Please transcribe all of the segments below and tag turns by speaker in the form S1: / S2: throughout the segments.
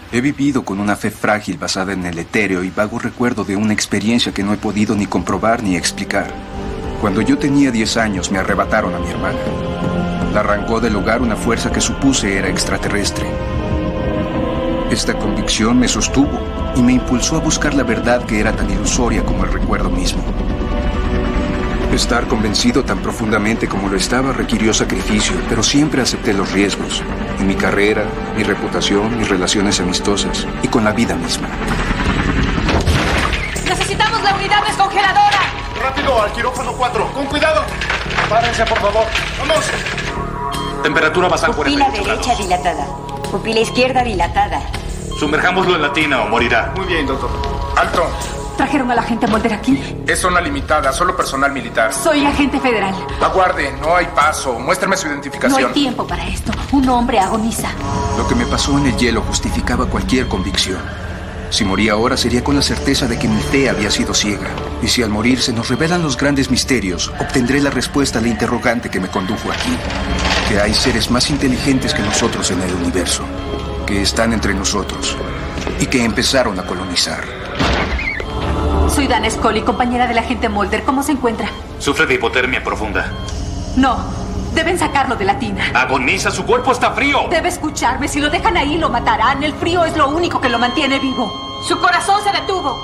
S1: He vivido con una fe frágil basada en el etéreo y vago recuerdo de una experiencia que no he podido ni comprobar ni explicar. Cuando yo tenía 10 años me arrebataron a mi hermana. La arrancó del hogar una fuerza que supuse era extraterrestre. Esta convicción me sostuvo y me impulsó a buscar la verdad que era tan ilusoria como el recuerdo mismo. Estar convencido tan profundamente como lo estaba requirió sacrificio, pero siempre acepté los riesgos. En mi carrera, mi reputación, mis relaciones amistosas y con la vida misma.
S2: ¡Necesitamos la unidad descongeladora!
S3: ¡Rápido, al quirófano 4! ¡Con cuidado! ¡Párense, por favor! ¡Vamos! Temperatura basal 48
S4: Pupila derecha dilatada. Pupila izquierda dilatada.
S3: Sumerjámoslo en la tina o morirá. Muy bien, doctor. ¡Alto!
S2: ¿Trajeron al agente Mulder aquí?
S3: Es zona limitada, solo personal militar.
S2: Soy agente federal.
S3: Aguarde, no hay paso. Muéstrame su identificación.
S2: No hay tiempo para esto. Un hombre agoniza.
S1: Lo que me pasó en el hielo justificaba cualquier convicción. Si moría ahora sería con la certeza de que mi fe había sido ciega. Y si al morir se nos revelan los grandes misterios, obtendré la respuesta a la interrogante que me condujo aquí. Que hay seres más inteligentes que nosotros en el universo. Que están entre nosotros. Y que empezaron a colonizar.
S2: Soy Dana Scully, compañera del agente Mulder. ¿Cómo se encuentra?
S5: Sufre de hipotermia profunda.
S2: No, deben sacarlo de la tina.
S5: ¡Agoniza! ¡Su cuerpo está frío!
S2: Debe escucharme. Si lo dejan ahí, lo matarán. El frío es lo único que lo mantiene vivo. Su corazón se detuvo.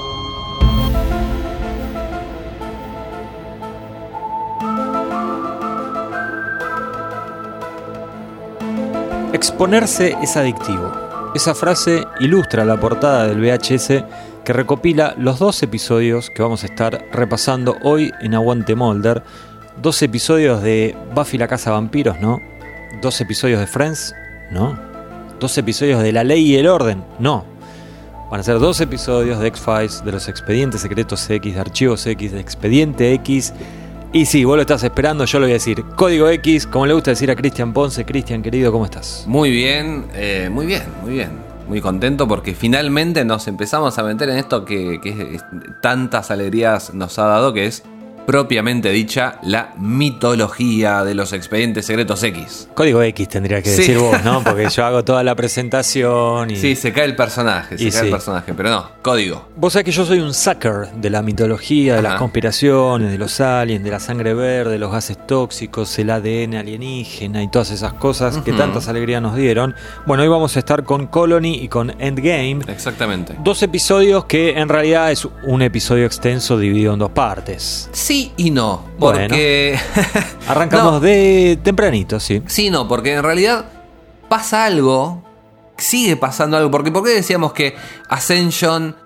S6: Exponerse es adictivo. Esa frase ilustra la portada del VHS que recopila los 2 episodios que vamos a estar repasando hoy en Aguante Mulder. 2 episodios de Buffy la Casa de Vampiros, ¿no? 2 episodios de Friends, ¿no? 2 episodios de La Ley y el Orden, no. Van a ser 2 episodios de X-Files, de los Expedientes Secretos X, de Archivos X, de Expediente X. Y sí, vos lo estás esperando, yo lo voy a decir. Código X, como le gusta decir a Cristian Ponce. Cristian, querido, ¿cómo estás?
S7: Muy bien, muy bien, muy bien. Muy contento porque finalmente nos empezamos a meter en esto que tantas alegrías nos ha dado, que es propiamente dicha la mitología de los Expedientes Secretos X.
S6: Código X tendría que decir vos, ¿no? Porque yo hago toda la presentación y...
S7: Sí, se cae el personaje, el personaje, pero no, código.
S6: Vos sabés que yo soy un sucker de la mitología, de las conspiraciones, de los aliens, de la sangre verde, de los gases tóxicos, el ADN alienígena y todas esas cosas que tantas alegrías nos dieron. Bueno, hoy vamos a estar con Colony y con Endgame.
S7: Exactamente.
S6: 2 episodios que en realidad es un episodio extenso dividido en 2 partes.
S7: Sí y no, porque...
S6: Bueno, arrancamos de tempranito, sí.
S7: Sí, no, porque en realidad pasa algo, sigue pasando algo, porque ¿por qué decíamos que Ascension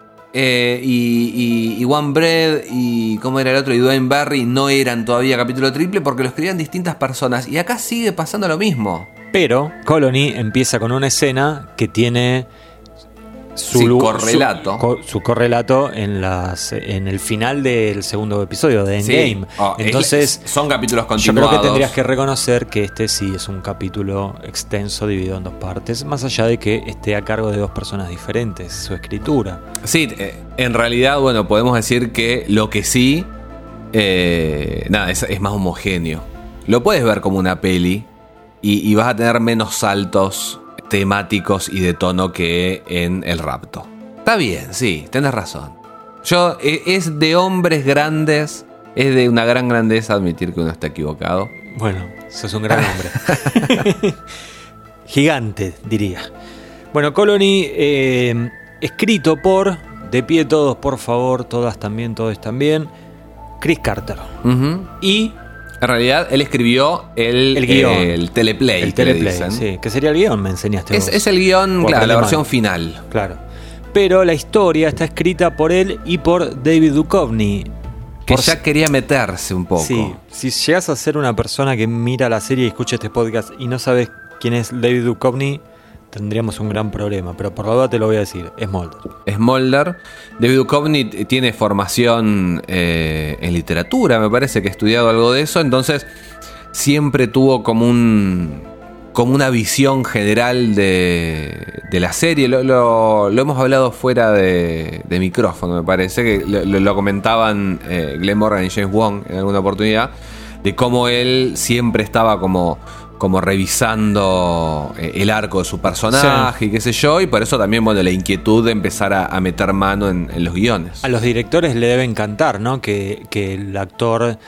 S7: y One Bread y ¿cómo era el otro? Y Dwayne Barry no eran todavía capítulo triple? Porque lo escribían distintas personas y acá sigue pasando lo mismo.
S6: Pero Colony empieza con una escena que tiene...
S7: Su correlato
S6: en el final del segundo episodio de Endgame.
S7: Sí.
S6: Entonces
S7: son capítulos continuados.
S6: Yo creo que tendrías que reconocer que este sí es un capítulo extenso dividido en 2 partes, más allá de que esté a cargo de 2 personas diferentes, su escritura.
S7: Sí, en realidad, bueno, podemos decir que lo que sí es más homogéneo. Lo puedes ver como una peli y vas a tener menos saltos temáticos y de tono que en El Rapto. Está bien, sí, tenés razón. Es de hombres grandes, es de una gran grandeza admitir que uno está equivocado.
S6: Bueno, sos un gran hombre. Gigante, diría. Bueno, Colony, escrito por, de pie todos, por favor, todas también, todos también, Chris Carter. Y...
S7: En realidad, él escribió el
S6: guión.
S7: El teleplay.
S6: El teleplay, sí. Que sería el guión, me enseñaste vos.
S7: Es el guión, claro, la versión final.
S6: Claro. Pero la historia está escrita por él y por David Duchovny.
S7: Que ya quería meterse un poco.
S6: Sí. Si llegas a ser una persona que mira la serie y escucha este podcast y no sabes quién es David Duchovny, tendríamos un gran problema, pero por la duda te lo voy a decir, es Mulder.
S7: Es Mulder. David Duchovny tiene formación en literatura, me parece que ha estudiado algo de eso, entonces siempre tuvo como una visión general de la serie. Lo hemos hablado fuera de micrófono, me parece, que lo comentaban Glenn Morgan y James Wong en alguna oportunidad, de cómo él siempre estaba como como revisando el arco de su personaje y qué sé yo, y por eso también, bueno, la inquietud de empezar a meter mano en los guiones.
S6: A los directores le debe encantar, ¿no? Que el actor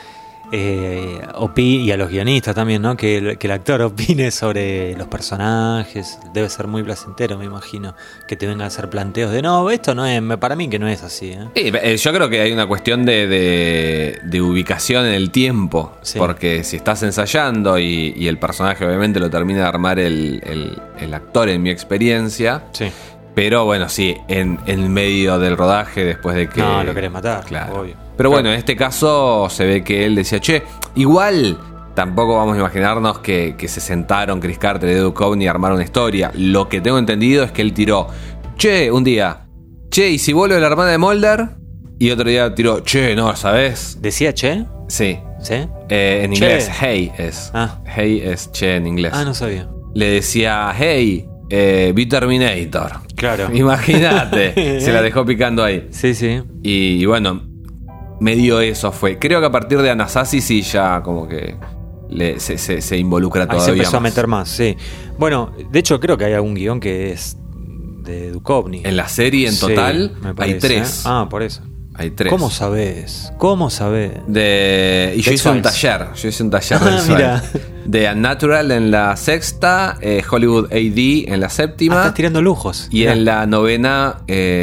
S6: opine, y a los guionistas también, ¿no? Que el actor opine sobre los personajes. Debe ser muy placentero, me imagino, que te vengan a hacer planteos de no, esto no es, para mí que no es así, ¿eh?
S7: Yo creo que hay una cuestión de ubicación en el tiempo,
S6: Sí.
S7: porque si estás ensayando y el personaje obviamente lo termina de armar el actor, en mi experiencia,
S6: Sí.
S7: pero bueno, sí, en medio del rodaje, después de que...
S6: No, lo querés matar,
S7: claro.
S6: obvio.
S7: Pero bueno, en este caso se ve que él decía, che, igual tampoco vamos a imaginarnos que se sentaron Chris Carter y David Duchovny y armaron una historia. Lo que tengo entendido es que él tiró, che, un día, che, ¿y si vuelve la hermana de Mulder? Y otro día tiró, che, no, ¿sabes?
S6: ¿Decía che?
S7: Sí.
S6: ¿Sí?
S7: En
S6: Che.
S7: inglés, hey es.
S6: Ah.
S7: Hey es che en inglés.
S6: Ah, no sabía.
S7: Le decía, hey, vi Terminator.
S6: Claro.
S7: Imagínate. Se la dejó picando ahí.
S6: Sí, sí.
S7: Y bueno, medio eso fue. Creo que a partir de Anasazi sí ya como que se involucra
S6: Ahí
S7: todavía
S6: se empezó a
S7: más.
S6: meter más, sí. Bueno, de hecho creo que hay algún guión que es de Duchovny.
S7: En la serie en
S6: Sí,
S7: total
S6: me
S7: hay
S6: parece,
S7: 3.
S6: Ah, por eso.
S7: Hay 3.
S6: ¿Cómo sabés? ¿Cómo sabés?
S7: Y yo hice un taller. Yo hice un taller
S6: Ah,
S7: del
S6: mira.
S7: de Unnatural en la 6ª, Hollywood AD en la 7ª.
S6: Estás tirando lujos.
S7: Y
S6: Mirá.
S7: en la 9ª,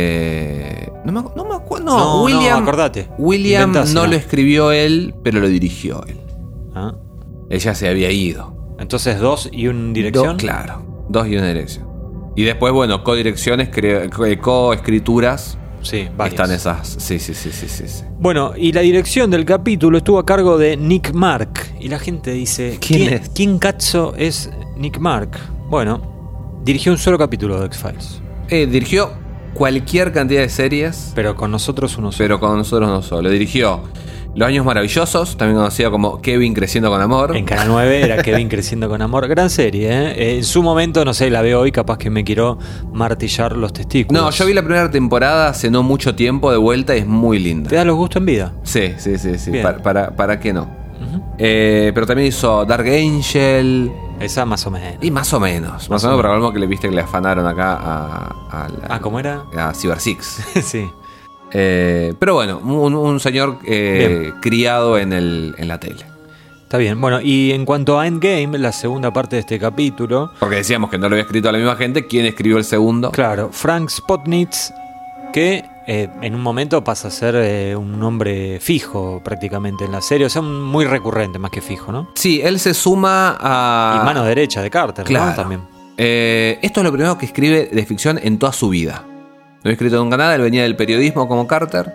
S7: no me acuerdo. No, William.
S6: acordate.
S7: William
S6: Inventás,
S7: no
S6: si
S7: lo escribió él, pero lo dirigió él.
S6: Ah.
S7: Ella se había ido.
S6: Entonces 2 y un dirección.
S7: Claro, 2 y una dirección. Y después, bueno, codirecciones, coescrituras.
S6: Sí, varias.
S7: Están esas. Sí.
S6: Bueno, y la dirección del capítulo estuvo a cargo de Nick Mark. Y la gente dice,
S7: ¿Quién es?
S6: ¿Quién cazzo es Nick Mark? Bueno, dirigió un solo capítulo de X-Files.
S7: Dirigió cualquier cantidad de series,
S6: Pero con nosotros uno solo.
S7: pero con nosotros no solo. Dirigió Los Años Maravillosos, también conocido como Kevin Creciendo con Amor.
S6: En Canal 9 era Kevin Creciendo con Amor. Gran serie, ¿eh? En su momento, no sé, la veo hoy, capaz que me quiero martillar los testículos.
S7: No, yo vi la primera temporada hace no mucho tiempo de vuelta y es muy linda.
S6: ¿Te da los gustos en vida?
S7: Sí.
S6: Bien.
S7: ¿Para qué no?
S6: Ujú.
S7: Pero también hizo Dark Angel.
S6: Esa más o menos.
S7: Y más o menos, pero algo que le viste que le afanaron acá a
S6: ¿Cómo era?
S7: a Cyber Six.
S6: Sí.
S7: Pero bueno, un señor criado en la tele.
S6: Está bien. Bueno, y en cuanto a Endgame, la segunda parte de este capítulo,
S7: Porque decíamos que no lo había escrito a la misma gente. ¿Quién escribió el segundo?
S6: claro, Frank Spotnitz, que en un momento pasa a ser un nombre fijo prácticamente en la serie, o sea, muy recurrente más que fijo, ¿no?
S7: Sí, él se suma a...
S6: Y mano derecha de Carter,
S7: Claro.
S6: ¿no? También.
S7: Esto es lo primero que escribe de ficción en toda su vida. No había escrito nunca nada, él venía del periodismo como Carter.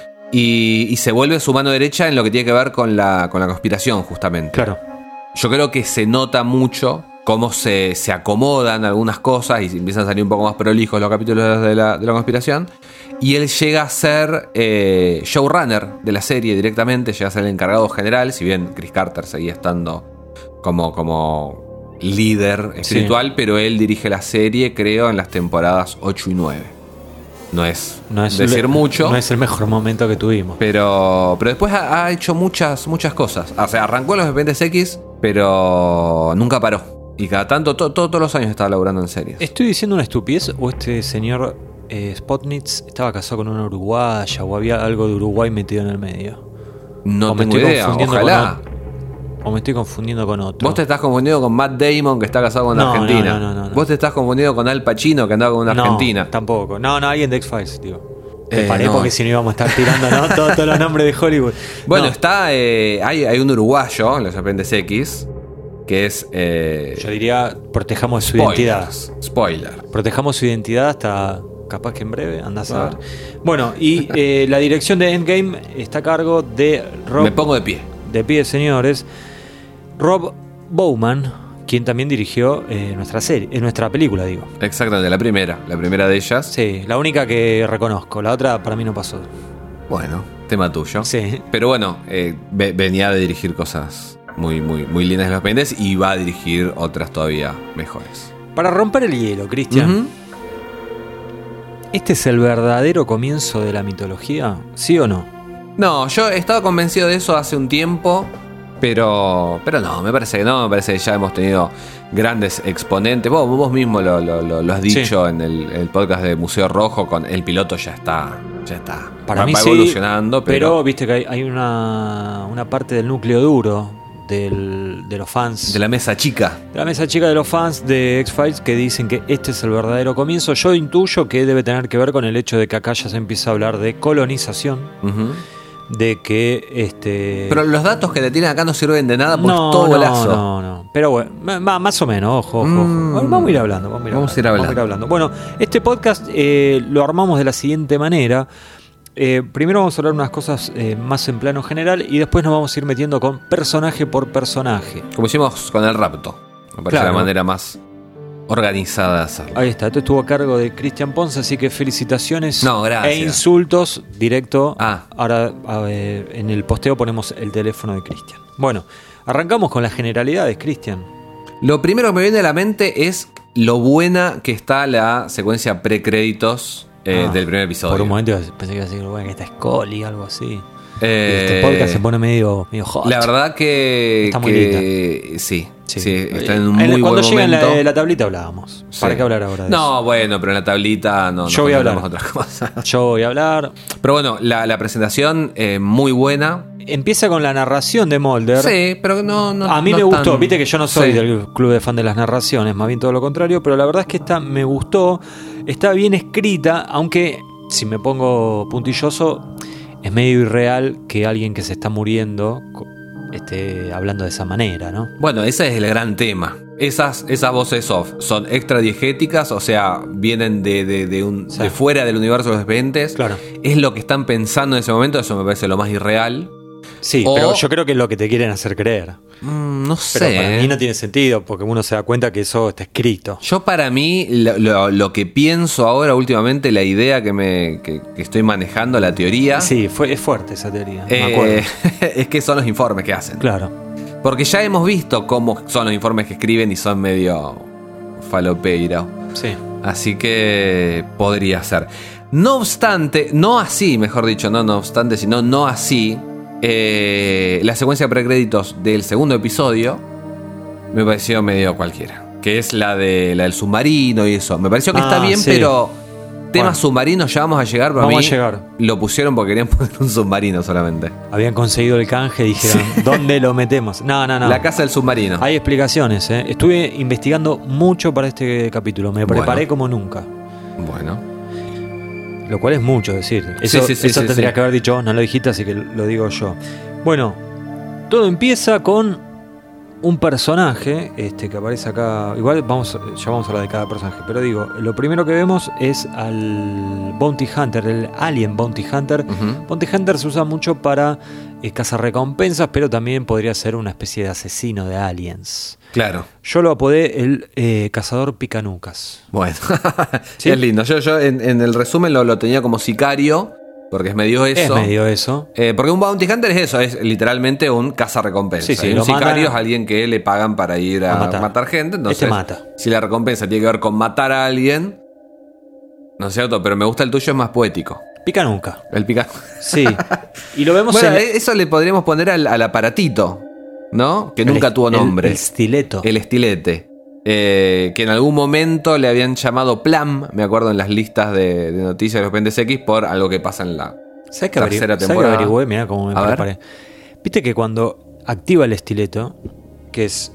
S7: Y se vuelve su mano derecha en lo que tiene que ver con la conspiración, justamente.
S6: Claro.
S7: Yo creo que se nota mucho cómo se acomodan algunas cosas y empiezan a salir un poco más prolijos los capítulos de la conspiración. Y él llega a ser showrunner de la serie directamente, llega a ser el encargado general, si bien Chris Carter seguía estando como líder espiritual, pero él dirige la serie, creo, en las temporadas 8 y 9. No es decir mucho.
S6: No es el mejor momento que tuvimos.
S7: Pero después ha hecho muchas cosas. O sea, arrancó en los Expedientes X, pero nunca paró. Y cada tanto, todos los años estaba laburando en series.
S6: ¿Estoy diciendo una estupidez o este señor Spotnitz estaba casado con una uruguaya o había algo de Uruguay metido en el medio?
S7: No
S6: O me
S7: tengo
S6: estoy
S7: idea,
S6: confundiendo
S7: ojalá.
S6: O me estoy confundiendo con otro.
S7: Vos te estás confundiendo con Matt Damon, que está casado con una
S6: No,
S7: argentina.
S6: no.
S7: Vos te estás confundiendo con Al Pacino, que andaba con una
S6: No,
S7: argentina.
S6: tampoco. No, alguien de X-Files, digo. Te paré
S7: no.
S6: porque si no íbamos a estar tirando, ¿no? Todos los nombres de Hollywood.
S7: Bueno,
S6: No,
S7: está. Hay un uruguayo en los Expedientes X, que es.
S6: yo diría, protejamos su identidad.
S7: Spoiler.
S6: Protejamos su identidad hasta capaz que en breve, andás a ver. Bueno, y la dirección de Endgame está a cargo de Rob.
S7: Me pongo de pie.
S6: De pie, señores. Rob Bowman, quien también dirigió nuestra película, digo.
S7: Exactamente, la primera de ellas.
S6: Sí, la única que reconozco. La otra para mí no pasó.
S7: Bueno, tema tuyo.
S6: Sí.
S7: Pero bueno, venía de dirigir cosas muy lindas en los pendientes y va a dirigir otras todavía mejores.
S6: Para romper el hielo, Cristian.
S7: Ujú.
S6: ¿Este es el verdadero comienzo de la mitología? ¿Sí o no?
S7: No, yo estaba convencido de eso hace un tiempo, Pero no, me parece que no, me parece que ya hemos tenido grandes exponentes. Vos mismo lo has dicho en el podcast de Museo Rojo, con el piloto ya está.
S6: Para mí
S7: va
S6: sí,
S7: evolucionando,
S6: pero viste que hay una parte del núcleo duro de los fans.
S7: De la mesa chica.
S6: De la mesa chica de los fans de X-Files que dicen que este es el verdadero comienzo. Yo intuyo que debe tener que ver con el hecho de que acá ya se empieza a hablar de colonización.
S7: Uh-huh.
S6: De que
S7: Pero los datos que te tienen acá no sirven de nada porque es todo golazo.
S6: No. Pero bueno, más o menos, ojo. Vamos a ir hablando. Vamos a ir hablando. Bueno, este podcast lo armamos de la siguiente manera. Primero vamos a hablar unas cosas más en plano general y después nos vamos a ir metiendo con personaje por personaje.
S7: Como hicimos con el rapto. Me parece la manera más organizada de hacerlo.
S6: Ahí está, esto estuvo a cargo de Cristian Ponce, así que felicitaciones
S7: gracias.
S6: E insultos directo.
S7: Ah.
S6: Ahora en el posteo ponemos el teléfono de Cristian. Bueno, arrancamos con las generalidades, Cristian.
S7: Lo primero que me viene a la mente es lo buena que está la secuencia precréditos del primer episodio.
S6: Por un momento pensé que iba a decir bueno, que está Scully, algo así. Este podcast se pone medio hot.
S7: La verdad que
S6: está muy linda.
S7: Sí, está en un muy buen
S6: cuando
S7: momento.
S6: Cuando llega la tablita hablábamos.
S7: Sí.
S6: ¿Para qué hablar ahora de eso?
S7: No, bueno, pero en la tablita no.
S6: Yo voy a hablar.
S7: Otras cosas.
S6: Yo voy a hablar.
S7: Pero bueno, la presentación muy buena.
S6: Empieza con la narración de Mulder.
S7: Sí, pero no.
S6: A mí
S7: no
S6: me gustó.
S7: tan...
S6: Viste que yo no soy del club de fan de las narraciones, más bien todo lo contrario. Pero la verdad es que esta me gustó. Está bien escrita, aunque si me pongo puntilloso, es medio irreal que alguien que se está muriendo esté hablando de esa manera, ¿no?
S7: Bueno, ese es el gran tema. Esas voces off son extra diegéticas, o sea, vienen de fuera del universo de los expedientes.
S6: Claro.
S7: Es lo que están pensando en ese momento, eso me parece lo más irreal.
S6: Sí, pero yo creo que es lo que te quieren hacer creer.
S7: No sé.
S6: Pero para mí no tiene sentido, porque uno se da cuenta que eso está escrito.
S7: Yo para mí, lo que pienso ahora últimamente, la idea que estoy manejando, la teoría...
S6: Sí, es fuerte esa teoría, me acuerdo.
S7: Es que son los informes que hacen.
S6: Claro.
S7: Porque ya hemos visto cómo son los informes que escriben y son medio falopeiro.
S6: Sí.
S7: Así que podría ser. No obstante, no así, mejor dicho, no obstante, sino no así... la secuencia de precréditos del segundo episodio me pareció medio cualquiera, que es la del submarino y eso. Me pareció que está bien, sí. Pero temas submarinos ya vamos a llegar. Pero
S6: vamos a llegar.
S7: Lo pusieron porque querían poner un submarino solamente.
S6: Habían conseguido el canje y dijeron, ¿dónde lo metemos? No.
S7: La casa del submarino.
S6: Hay explicaciones, ¿eh? Estuve investigando mucho para este capítulo. Me preparé como nunca.
S7: Bueno.
S6: Lo cual es mucho decir. Eso tendría que haber dicho, no lo dijiste, así que lo digo yo. Bueno, todo empieza con un personaje que aparece acá. Igual ya vamos a hablar de cada personaje, pero digo, lo primero que vemos es al Bounty Hunter, el Alien Bounty Hunter. Uh-huh. Bounty Hunter se usa mucho para cazar recompensas, pero también podría ser una especie de asesino de aliens.
S7: Claro.
S6: Yo lo apodé el cazador picanucas.
S7: Bueno,
S6: ¿sí?
S7: Es lindo. Yo en el resumen lo tenía como sicario, porque es medio eso. Porque un bounty hunter es eso, es literalmente un cazarrecompensa.
S6: Sí,
S7: un sicario es alguien que le pagan para ir a matar gente. Entonces,
S6: mata.
S7: Si la recompensa tiene que ver con matar a alguien, no es cierto, pero me gusta el tuyo, es más poético.
S6: Picanuca.
S7: El picanuca.
S6: Sí. Y lo vemos
S7: eso le podríamos poner al aparatito, ¿no? Que nunca tuvo nombre.
S6: El estileto.
S7: El estilete. Que en algún momento le habían llamado Plam, me acuerdo en las listas de noticias de los Pendes X, por algo que pasa en la tercera temporada.
S6: ¿Sabes que averigüé? Mirá cómo me preparé. Viste que cuando activa el estileto, que es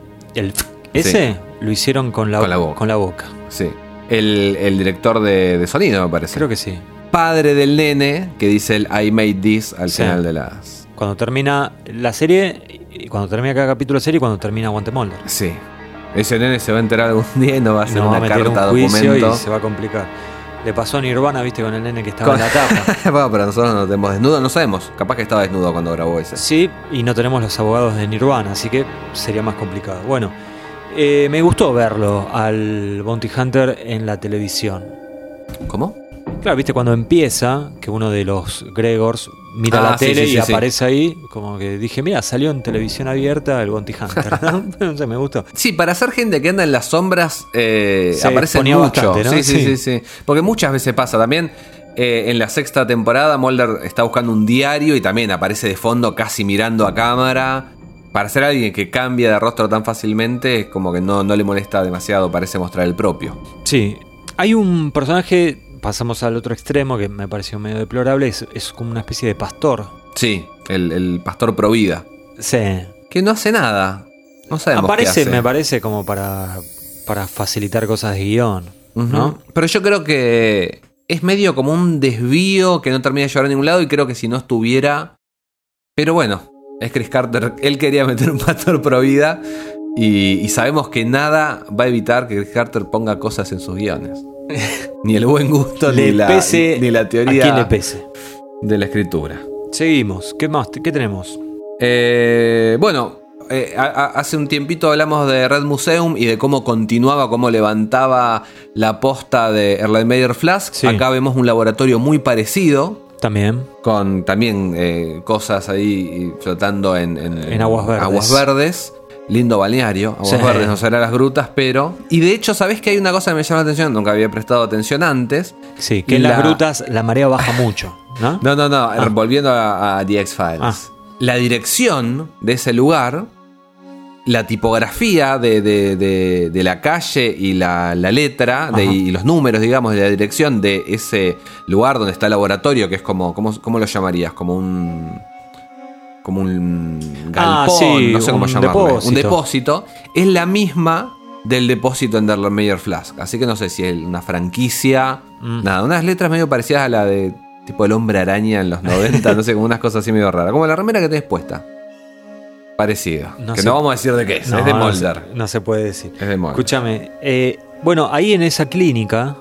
S6: lo hicieron con la boca.
S7: Sí. El director de sonido, me parece.
S6: Creo que sí.
S7: Padre del nene, que dice el I made this al final de las...
S6: Cuando termina la serie, cuando termina cada capítulo de serie y cuando termina Aguante Mulder.
S7: Sí. Ese nene se va a enterar algún día y no va a hacer una carta
S6: documento. Y se va a complicar. Le pasó a Nirvana, viste, con el nene que estaba en la tapa.
S7: Bueno, pero nosotros no tenemos desnudo, no sabemos. Capaz que estaba desnudo cuando grabó ese.
S6: Sí, y no tenemos los abogados de Nirvana, así que sería más complicado. Bueno, me gustó verlo al Bounty Hunter en la televisión.
S7: ¿Cómo?
S6: Claro, viste, cuando empieza, que uno de los Gregors mira la tele y aparece ahí, como que dije, mira, salió en televisión abierta el Bounty Hunter, ¿no? No sé, me gustó.
S7: Sí, para ser gente que anda en las sombras, aparece mucho.
S6: Bastante, ¿no?
S7: Sí. Porque muchas veces pasa también. En la sexta temporada, Mulder está buscando un diario y también aparece de fondo casi mirando a cámara. para ser alguien que cambia de rostro tan fácilmente, es como que no le molesta demasiado, parece mostrar el propio.
S6: Sí, hay un personaje, pasamos al otro extremo, que me pareció medio deplorable, es como una especie de pastor.
S7: Sí, el pastor Provida.
S6: Sí.
S7: Que no hace nada. No sabemos
S6: Aparece,
S7: qué hace.
S6: me parece, como para facilitar cosas de guión, ¿no?
S7: Pero yo creo que es medio como un desvío que no termina de llevar a ningún lado y creo que si no estuviera... Pero bueno, es Chris Carter. Él quería meter un pastor Provida y sabemos que nada va a evitar que Chris Carter ponga cosas en sus guiones. Ni el buen gusto ni la teoría
S6: a quién le pese.
S7: De la escritura.
S6: Seguimos. ¿Qué más? ¿Qué tenemos?
S7: Hace un tiempito hablamos de Red Museum y de cómo continuaba, cómo levantaba la posta de Erlenmeyer Flask.
S6: Sí.
S7: Acá vemos un laboratorio muy parecido.
S6: También.
S7: Con también cosas ahí flotando en
S6: aguas verdes.
S7: Lindo balneario. Aguas verdes, no será las grutas, pero... Y de hecho, ¿sabés que hay una cosa que me llama la atención? Nunca había prestado atención antes.
S6: Sí, que en las grutas la marea baja mucho, ¿no?
S7: No. Volviendo a The X-Files. La dirección de ese lugar, la tipografía de la calle y la letra y los números, digamos, de la dirección de ese lugar donde está el laboratorio, que es como... ¿Cómo lo llamarías? Como un galpón,
S6: sí,
S7: no sé cómo llamarlo. Un depósito. Es la misma del depósito en Erlenmeyer Flask. Así que no sé si es una franquicia. Nada, unas letras medio parecidas a la de tipo el Hombre Araña en los 90, no sé, como unas cosas así medio raras. Como la remera que tenés puesta. Parecida. No vamos a decir de qué es. Es de Mulder.
S6: No se puede decir.
S7: Es de Mulder.
S6: Escúchame. Bueno, ahí en esa clínica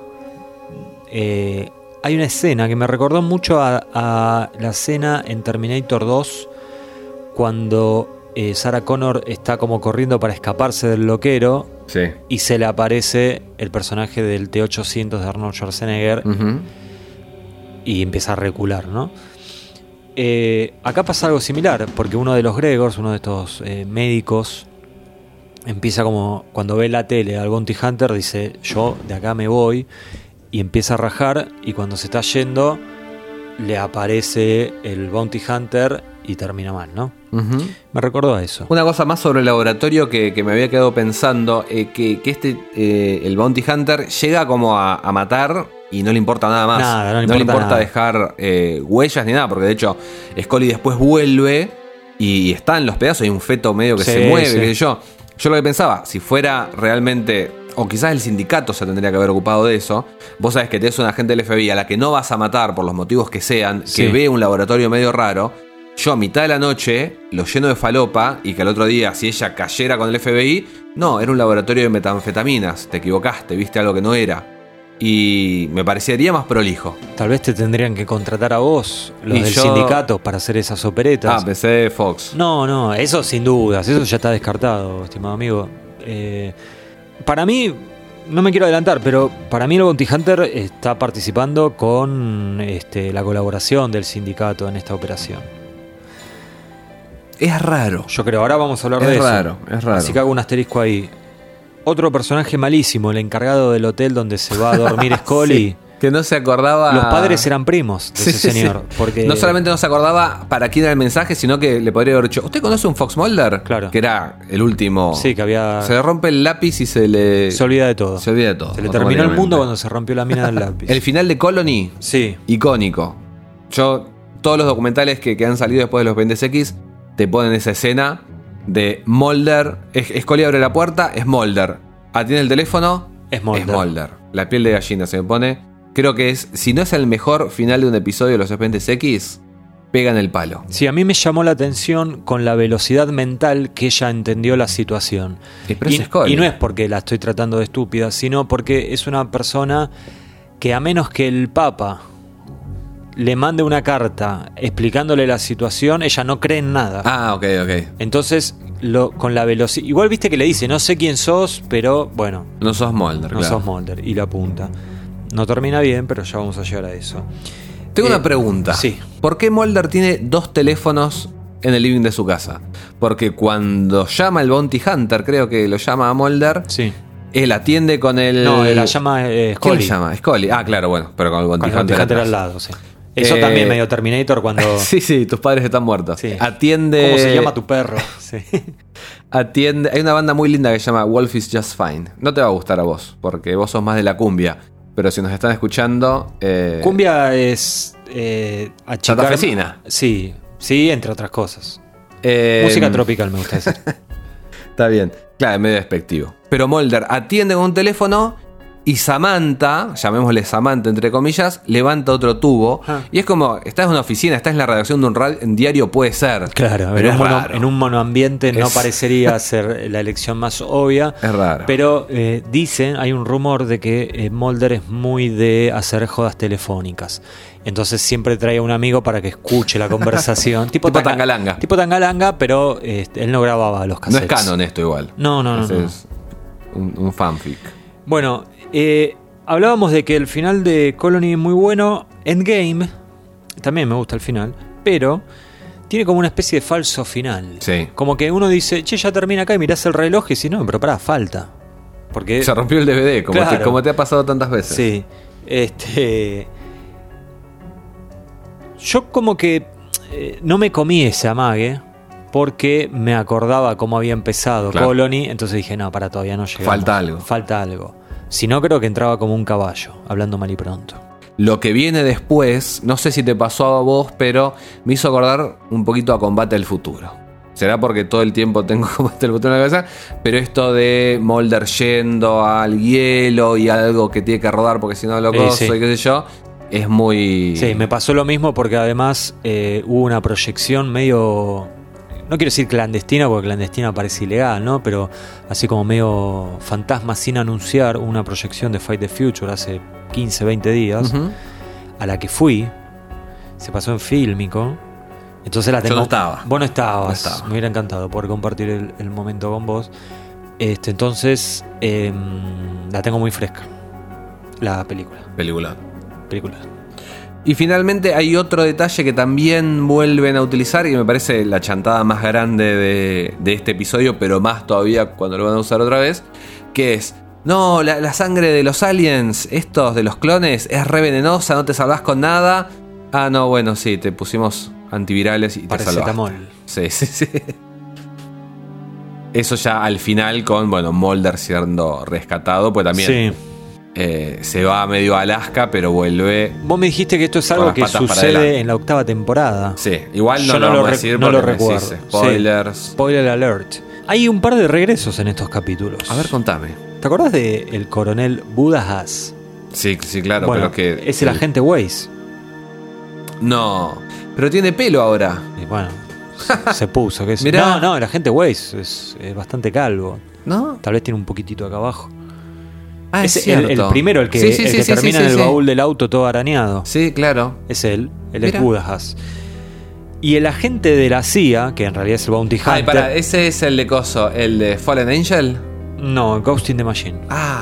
S6: hay una escena que me recordó mucho a la escena en Terminator 2 cuando Sarah Connor está como corriendo para escaparse del loquero.
S7: Sí.
S6: Y se le aparece el personaje del T-800 de Arnold Schwarzenegger. Y empieza a recular, ¿no? Acá pasa algo similar, porque uno de los Gregors, uno de estos médicos, empieza como, cuando ve la tele al Bounty Hunter, dice, yo de acá me voy, y empieza a rajar, y cuando se está yendo, le aparece el Bounty Hunter y termina mal, ¿no? Me recordó a eso.
S7: Una cosa más sobre el laboratorio que me había quedado pensando, que el Bounty Hunter llega como a matar y no le importa nada más. No le importa dejar huellas ni nada, porque de hecho Scully después vuelve y está en los pedazos, hay un feto medio que se mueve, qué sé yo. Yo lo que pensaba, si fuera realmente, o quizás el sindicato se tendría que haber ocupado de eso, vos sabés que tenés una agente del FBI a la que no vas a matar por los motivos que sean, que ve un laboratorio medio raro. Yo a mitad de la noche lo lleno de falopa y que al otro día, si ella cayera con el FBI, no, era un laboratorio de metanfetaminas, te equivocaste, viste algo que no era. Y me parecería más prolijo.
S6: Tal vez te tendrían que contratar a vos, los del sindicato, para hacer esas operetas.
S7: Pensé de Fox.
S6: No, eso sin dudas, eso ya está descartado, estimado amigo. Para mí, no me quiero adelantar, pero para mí el Bounty Hunter está participando con la colaboración del sindicato en esta operación.
S7: Es raro.
S6: Yo creo, ahora vamos a hablar de eso.
S7: Es raro.
S6: Así que hago un asterisco ahí. Otro personaje malísimo, el encargado del hotel donde se va a dormir Scully.
S7: Sí, que no se acordaba.
S6: Los padres eran primos de ese señor.
S7: Sí.
S6: Porque
S7: no solamente no se acordaba para quién era el mensaje, sino que le podría haber dicho, ¿usted conoce un Fox Mulder?
S6: Claro.
S7: Que era el último.
S6: Sí, que había.
S7: Se le rompe el lápiz y se
S6: olvida de todo.
S7: Se olvida de todo.
S6: Se le terminó el mundo cuando se rompió la mina del lápiz.
S7: El final de Colony.
S6: Sí.
S7: Icónico. Todos los documentales que han salido después de los Pendes X te ponen esa escena de Mulder. Scully abre la puerta, es Mulder. Atiende el teléfono,
S6: es Mulder.
S7: La piel de gallina se me pone. Creo que si no es el mejor final de un episodio de los Expedientes X, pega en el palo.
S6: Sí, a mí me llamó la atención con la velocidad mental que ella entendió la situación. Y no es porque la estoy tratando de estúpida, sino porque es una persona que, a menos que el Papa le mande una carta explicándole la situación, ella no cree en nada.
S7: Ok.
S6: Entonces, con la velocidad... Igual viste que le dice, no sé quién sos, pero bueno.
S7: No sos Mulder,
S6: No sos Mulder, y la apunta. No termina bien, pero ya vamos a llegar a eso.
S7: Tengo una pregunta.
S6: Sí.
S7: ¿Por qué Mulder tiene 2 teléfonos en el living de su casa? Porque cuando llama el Bounty Hunter, creo que lo llama a Mulder...
S6: Sí.
S7: Él atiende con el...
S6: No, la llama Scully.
S7: ¿Quién le llama? Scully. Claro, bueno, pero con el Bounty Hunter
S6: al lado, sí. Eso también medio Terminator cuando...
S7: Sí, tus padres están muertos.
S6: Sí.
S7: Atiende...
S6: ¿Cómo se llama tu perro? Sí.
S7: Atiende... Hay una banda muy linda que se llama Wolf is Just Fine. No te va a gustar a vos, porque vos sos más de la cumbia. Pero si nos están escuchando...
S6: Cumbia es... achicar...
S7: Santafesina.
S6: Sí, entre otras cosas. Música tropical me gusta decir.
S7: Está bien. Claro, es medio despectivo. Pero Mulder atiende con un teléfono y Samantha, llamémosle Samantha entre comillas, levanta otro tubo. Y es como, estás en una oficina, estás en la redacción de un diario, puede ser.
S6: Claro,
S7: pero es raro.
S6: En un monoambiente no parecería ser la elección más obvia.
S7: Es raro.
S6: Pero dicen, hay un rumor de que Mulder es muy de hacer jodas telefónicas. Entonces siempre trae a un amigo para que escuche la conversación. tipo Tangalanga. Tipo Tangalanga, pero él no grababa los cassettes.
S7: No es canon esto igual.
S6: No.
S7: Es un fanfic.
S6: Bueno, hablábamos de que el final de Colony es muy bueno. Endgame, también me gusta el final, pero tiene como una especie de falso final.
S7: Sí.
S6: Como que uno dice, che, ya termina acá y mirás el reloj y si no, pero pará, falta. Porque
S7: se rompió el DVD, como te ha pasado tantas veces.
S6: Sí. Yo como que no me comí ese amague porque me acordaba cómo había empezado Colony, entonces dije, no, para, todavía no llegamos. Falta algo. Si no, creo que entraba como un caballo, hablando mal y pronto.
S7: Lo que viene después, no sé si te pasó a vos, pero me hizo acordar un poquito a Combate del Futuro. Será porque todo el tiempo tengo Combate del Futuro en la cabeza, pero esto de Mulder yendo al hielo y algo que tiene que rodar porque si no lo coso y qué sé yo, es muy...
S6: Sí, me pasó lo mismo porque además hubo una proyección medio... No quiero decir clandestina porque clandestina parece ilegal, ¿no? Pero así como medio fantasma sin anunciar, una proyección de Fight the Future hace 15, 20 días, a la que fui, se pasó en Fílmico. Entonces la tengo...
S7: Yo no estaba.
S6: Vos no estabas. Me hubiera encantado poder compartir el momento con vos. Entonces la tengo muy fresca. La película.
S7: Película.
S6: Y
S7: finalmente hay otro detalle que también vuelven a utilizar y me parece la chantada más grande de este episodio, pero más todavía cuando lo van a usar otra vez, que es, no, la sangre de los aliens, estos de los clones, es re venenosa, no te salvás con nada. Ah, no, bueno, sí, te pusimos antivirales y te salvaste. Sí. Eso ya al final con, Mulder siendo rescatado, pues también...
S6: Sí.
S7: Se va medio a Alaska, pero vuelve.
S6: Vos me dijiste que esto es algo que sucede en la 8ª temporada.
S7: Sí, igual no lo vamos a decir.
S6: No lo recuerdo.
S7: Spoilers.
S6: Sí. Spoiler alert. Hay un par de regresos en estos capítulos.
S7: A ver, contame.
S6: ¿Te acordás de el coronel Budahas?
S7: Sí, claro,
S6: bueno,
S7: pero que...
S6: Es el agente Weiss.
S7: No, pero tiene pelo ahora.
S6: Y bueno, se puso. ¿Qué es?
S7: Mirá.
S6: No, el agente Weiss es bastante calvo.
S7: ¿No?
S6: Tal vez tiene un poquitito acá abajo.
S7: Ah,
S6: es el primero, el que termina en el baúl del auto todo arañado.
S7: Sí, claro.
S6: Es él es Budahas. Y el agente de la CIA, que en realidad es el Bounty Hunter.
S7: Para, ese es el de coso, el de Fallen Angel.
S6: No, Ghost in the Machine.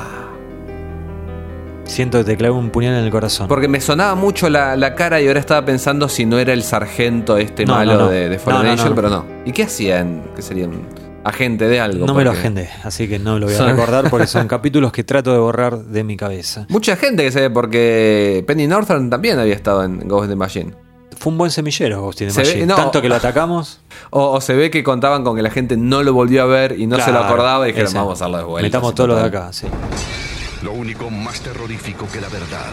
S6: Siento que te clavé un puñal en el corazón.
S7: Porque me sonaba mucho la cara y ahora estaba pensando si no era el sargento malo de Fallen Angel, pero no. ¿Y qué hacían? ¿Qué serían? Agente de algo.
S6: No me lo agendé, así que no lo voy a recordar porque son capítulos que trato de borrar de mi cabeza.
S7: Mucha gente que sabe porque Penny Northern también había estado en Ghost in the Machine.
S6: Fue un buen semillero Ghost in the Machine. Tanto que lo atacamos.
S7: O se ve que contaban con que la gente no lo volvió a ver y no se lo acordaba y dijeron, vamos a hacerlo de vuelta.
S6: Metamos todo lo de acá, sí.
S8: Lo único más terrorífico que la verdad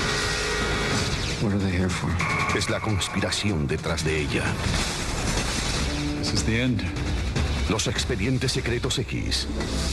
S8: es la conspiración detrás de ella.
S9: This is the end.
S8: Los expedientes secretos X.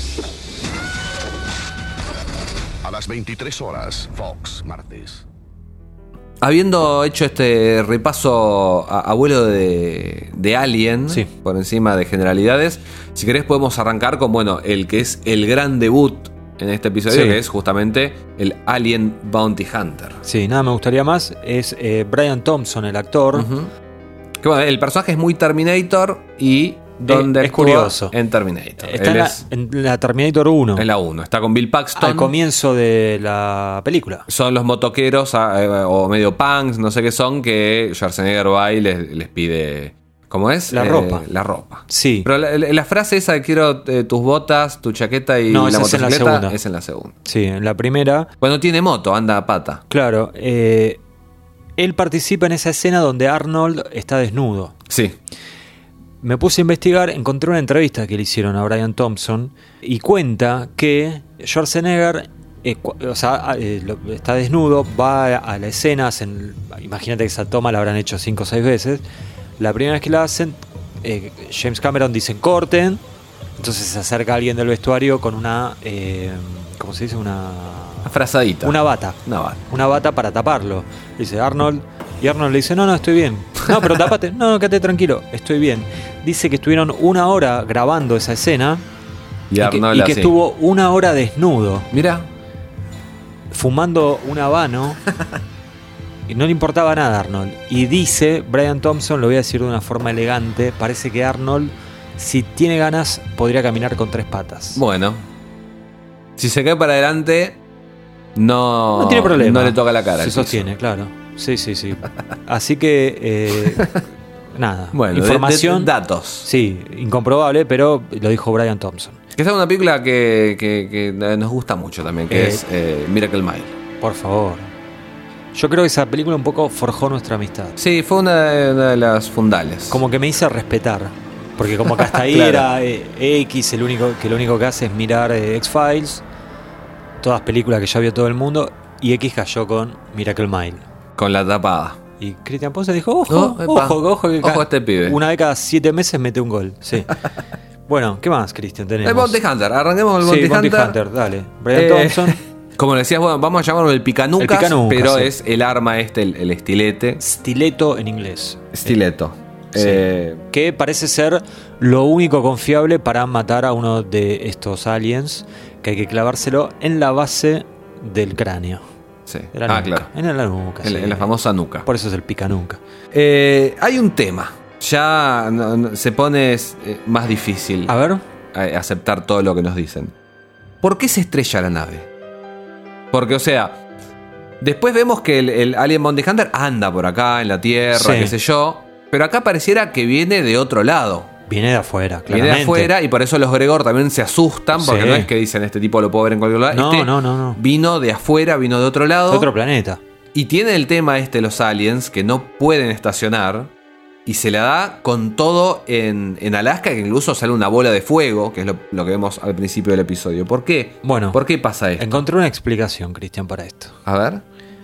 S8: A las 23 horas, Fox, martes.
S7: Habiendo hecho este repaso a vuelo de Alien, por encima de generalidades, si querés podemos arrancar con, el que es el gran debut en este episodio, que es justamente el Alien Bounty Hunter.
S6: Sí, nada me gustaría más, es Brian Thompson, el actor.
S7: Que el personaje es muy Terminator y... donde
S6: es curioso.
S7: En Terminator.
S6: Está en la Terminator 1.
S7: En la 1. Está con Bill Paxton.
S6: Al comienzo de la película.
S7: Son los motoqueros o medio punks, no sé qué son, que Schwarzenegger va y les pide... ¿Cómo es?
S6: La ropa.
S7: La ropa.
S6: Sí.
S7: Pero la frase esa de quiero tus botas, tu chaqueta y la motocicleta es en la segunda.
S6: Sí, en la primera...
S7: Cuando tiene moto, anda a pata.
S6: Claro. Él participa en esa escena donde Arnold está desnudo.
S7: Sí.
S6: Me puse a investigar, encontré una entrevista que le hicieron a Brian Thompson y cuenta que Schwarzenegger está desnudo, va a la escena, imagínate que esa toma la habrán hecho 5 o 6 veces. La primera vez que la hacen, James Cameron dice corten, entonces se acerca alguien del vestuario con una, ¿cómo se dice? Una
S7: frazadita.
S6: Una bata. Una bata para taparlo. Dice Arnold. Y Arnold le dice, no, estoy bien. No, pero tapate. No, quédate tranquilo, estoy bien. Dice que estuvieron 1 hora grabando esa escena. Y que estuvo 1 hora desnudo.
S7: Mira.
S6: Fumando un habano. Y no le importaba nada a Arnold. Y dice Brian Thompson, lo voy a decir de una forma elegante, parece que Arnold, si tiene ganas, podría caminar con 3 patas.
S7: Bueno. Si se cae para adelante, no
S6: tiene problema.
S7: No le toca la cara.
S6: Se sostiene, claro. Sí. Así que, nada.
S7: Bueno,
S6: información.
S7: Datos.
S6: Sí, incomprobable, pero lo dijo Brian Thompson.
S7: Que es una película que nos gusta mucho también, que es Miracle Mile.
S6: Por favor. Yo creo que esa película un poco forjó nuestra amistad.
S7: Sí, fue una de las fundales.
S6: Como que me hice respetar. Porque como que hasta ahí claro. Era X, lo único que hace es mirar X-Files, todas películas que ya vio todo el mundo, y X cayó con Miracle Mile.
S7: Con la tapada.
S6: Y Christian Ponce dijo, ojo
S7: a este pibe.
S6: Una vez cada 7 meses mete un gol. Sí. Bueno, ¿qué más, Christian? Tenemos
S7: el Bounty Hunter. Arranquemos el Bounty Hunter.
S6: Dale. Brian Thompson.
S7: Como decías, bueno, vamos a llamarlo el picanucas, pero sí. Es el arma el estilete.
S6: Stiletto en inglés.
S7: Stiletto.
S6: Sí. Que parece ser lo único confiable para matar a uno de estos aliens, que hay que clavárselo en la base del cráneo.
S7: Sí.
S6: De la nuca.
S7: Claro.
S6: En la nuca.
S7: En la famosa nuca.
S6: Por eso es el picanuca.
S7: Hay un tema. Ya se pone más difícil.
S6: A ver.
S7: Aceptar todo lo que nos dicen. ¿Por qué se estrella la nave? Porque, o sea, después vemos que el Alien Bounty Hunter anda por acá en la Tierra,
S6: sí.
S7: Qué sé yo. Pero acá pareciera que viene de otro lado.
S6: Viene de afuera, claramente.
S7: Viene de afuera y por eso los Gregor también se asustan. Porque no es que dicen, este tipo lo puedo ver en cualquier lado.
S6: No.
S7: Vino de afuera, vino de otro lado.
S6: De otro planeta.
S7: Y tiene el tema los aliens, que no pueden estacionar. Y se la da con todo en Alaska, que incluso sale una bola de fuego, que es lo que vemos al principio del episodio. ¿Por qué?
S6: Bueno,
S7: ¿por qué pasa esto?
S6: Encontré una explicación, Cristian, para esto.
S7: A ver.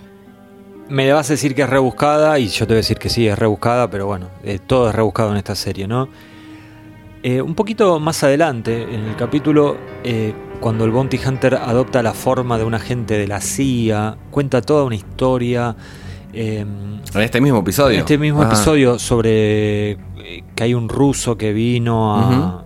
S6: Me vas a decir que es rebuscada, y yo te voy a decir que sí, es rebuscada, pero bueno, todo es rebuscado en esta serie, ¿no? Un poquito más adelante, en el capítulo, cuando el Bounty Hunter adopta la forma de un agente de la CIA, cuenta toda una historia.
S7: En este mismo episodio.
S6: En este mismo episodio sobre que hay un ruso que vino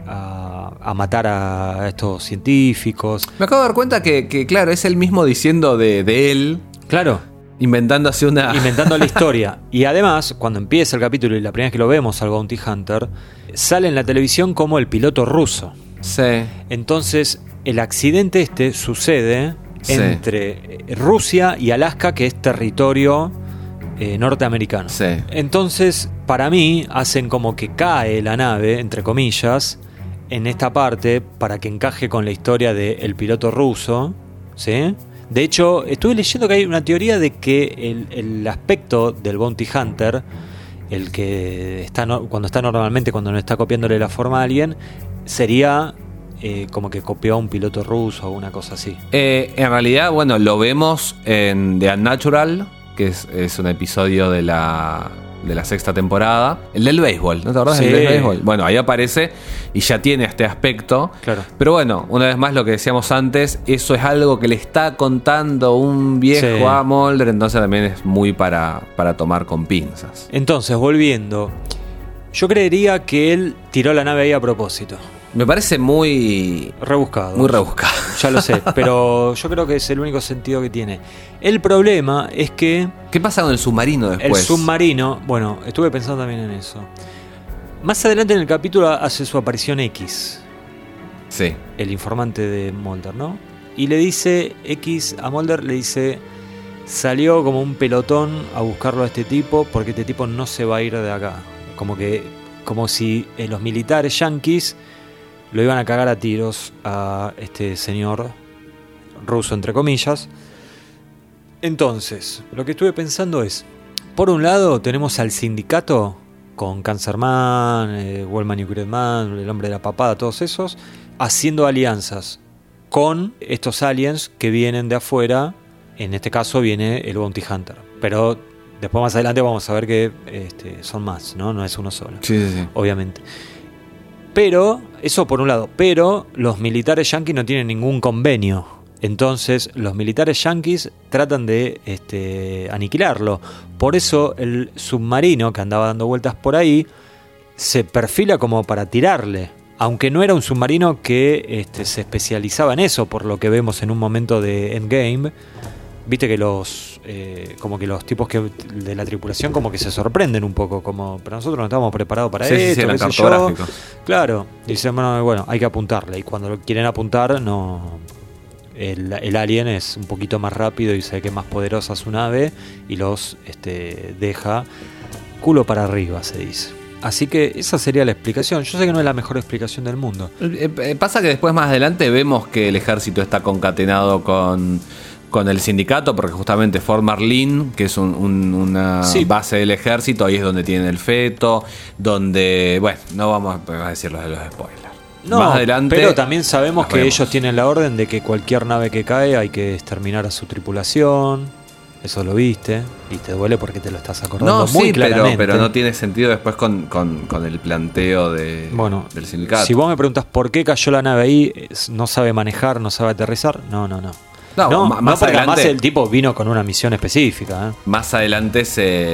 S6: a matar a estos científicos.
S7: Me acabo de dar cuenta que claro, es el mismo diciendo de él.
S6: Claro.
S7: Inventando
S6: la historia. Y además, cuando empieza el capítulo y la primera vez que lo vemos al Bounty Hunter, sale en la televisión como el piloto ruso.
S7: Sí.
S6: Entonces, el accidente sucede entre Rusia y Alaska, que es territorio norteamericano.
S7: Sí.
S6: Entonces, para mí, hacen como que cae la nave, entre comillas, en esta parte para que encaje con la historia del piloto ruso, ¿sí? De hecho, estuve leyendo que hay una teoría de que el aspecto del Bounty Hunter, el que está cuando está normalmente, cuando no está copiándole la forma a alguien, sería como que copió a un piloto ruso o una cosa así.
S7: En realidad, bueno, lo vemos en The Unnatural, que es un episodio de la 6ª temporada. El del béisbol, ¿no te acordás?
S6: Sí.
S7: El del béisbol. Bueno, ahí aparece y ya tiene este aspecto.
S6: Claro.
S7: Pero bueno, una vez más lo que decíamos antes, eso es algo que le está contando un viejo a Mulder, entonces también es muy para tomar con pinzas.
S6: Entonces, volviendo, yo creería que él tiró la nave ahí a propósito.
S7: Me parece muy
S6: rebuscado.
S7: Muy rebuscado.
S6: Ya lo sé, pero yo creo que es el único sentido que tiene. El problema es que...
S7: ¿Qué pasa con el submarino después?
S6: El submarino, bueno, estuve pensando también en eso. Más adelante en el capítulo hace su aparición X.
S7: Sí.
S6: El informante de Mulder, ¿no? Y le dice, X a Mulder le dice, salió como un pelotón a buscarlo a este tipo porque este tipo no se va a ir de acá. Como si los militares yanquis lo iban a cagar a tiros a este señor ruso, entre comillas. Entonces, lo que estuve pensando es, Por un lado tenemos al sindicato con Cancerman, Wellman y Gridman, el hombre de la papada, todos esos, haciendo alianzas con estos aliens que vienen de afuera. En este caso viene el Bounty Hunter. Pero después más adelante vamos a ver que son más, ¿no? No es uno solo.
S7: Sí.
S6: Obviamente. Pero, eso por un lado. Pero los militares yanquis no tienen ningún convenio. Entonces los militares yanquis tratan de aniquilarlo. Por eso el submarino que andaba dando vueltas por ahí se perfila como para tirarle. Aunque no era un submarino que se especializaba en eso, por lo que vemos en un momento de Endgame. Viste que como que los tipos de la tripulación como que se sorprenden un poco, como pero nosotros no estábamos preparados para esto.
S7: Sí, eran cartográficos.
S6: Claro, dicen, bueno, hay que apuntarle. Y cuando lo quieren apuntar, no, el alien es un poquito más rápido y se ve que es más poderosa su nave y los deja culo para arriba, se dice. Así que esa sería la explicación. Yo sé que no es la mejor explicación del mundo.
S7: Pasa que después más adelante vemos que el ejército está concatenado con el sindicato, porque justamente Fort Marlin, que es una base del ejército, ahí es donde tienen el feto, donde, bueno, no vamos a decir los spoilers.
S6: No,
S7: más adelante,
S6: pero también sabemos que ellos tienen la orden de que cualquier nave que cae hay que exterminar a su tripulación. Eso lo viste y te duele porque te lo estás acordando muy claramente.
S7: Pero no tiene sentido después con el planteo del sindicato.
S6: Si vos me preguntas por qué cayó la nave ahí, no sabe manejar, no sabe aterrizar, no. No, más adelante, además el tipo vino con una misión específica.
S7: Más adelante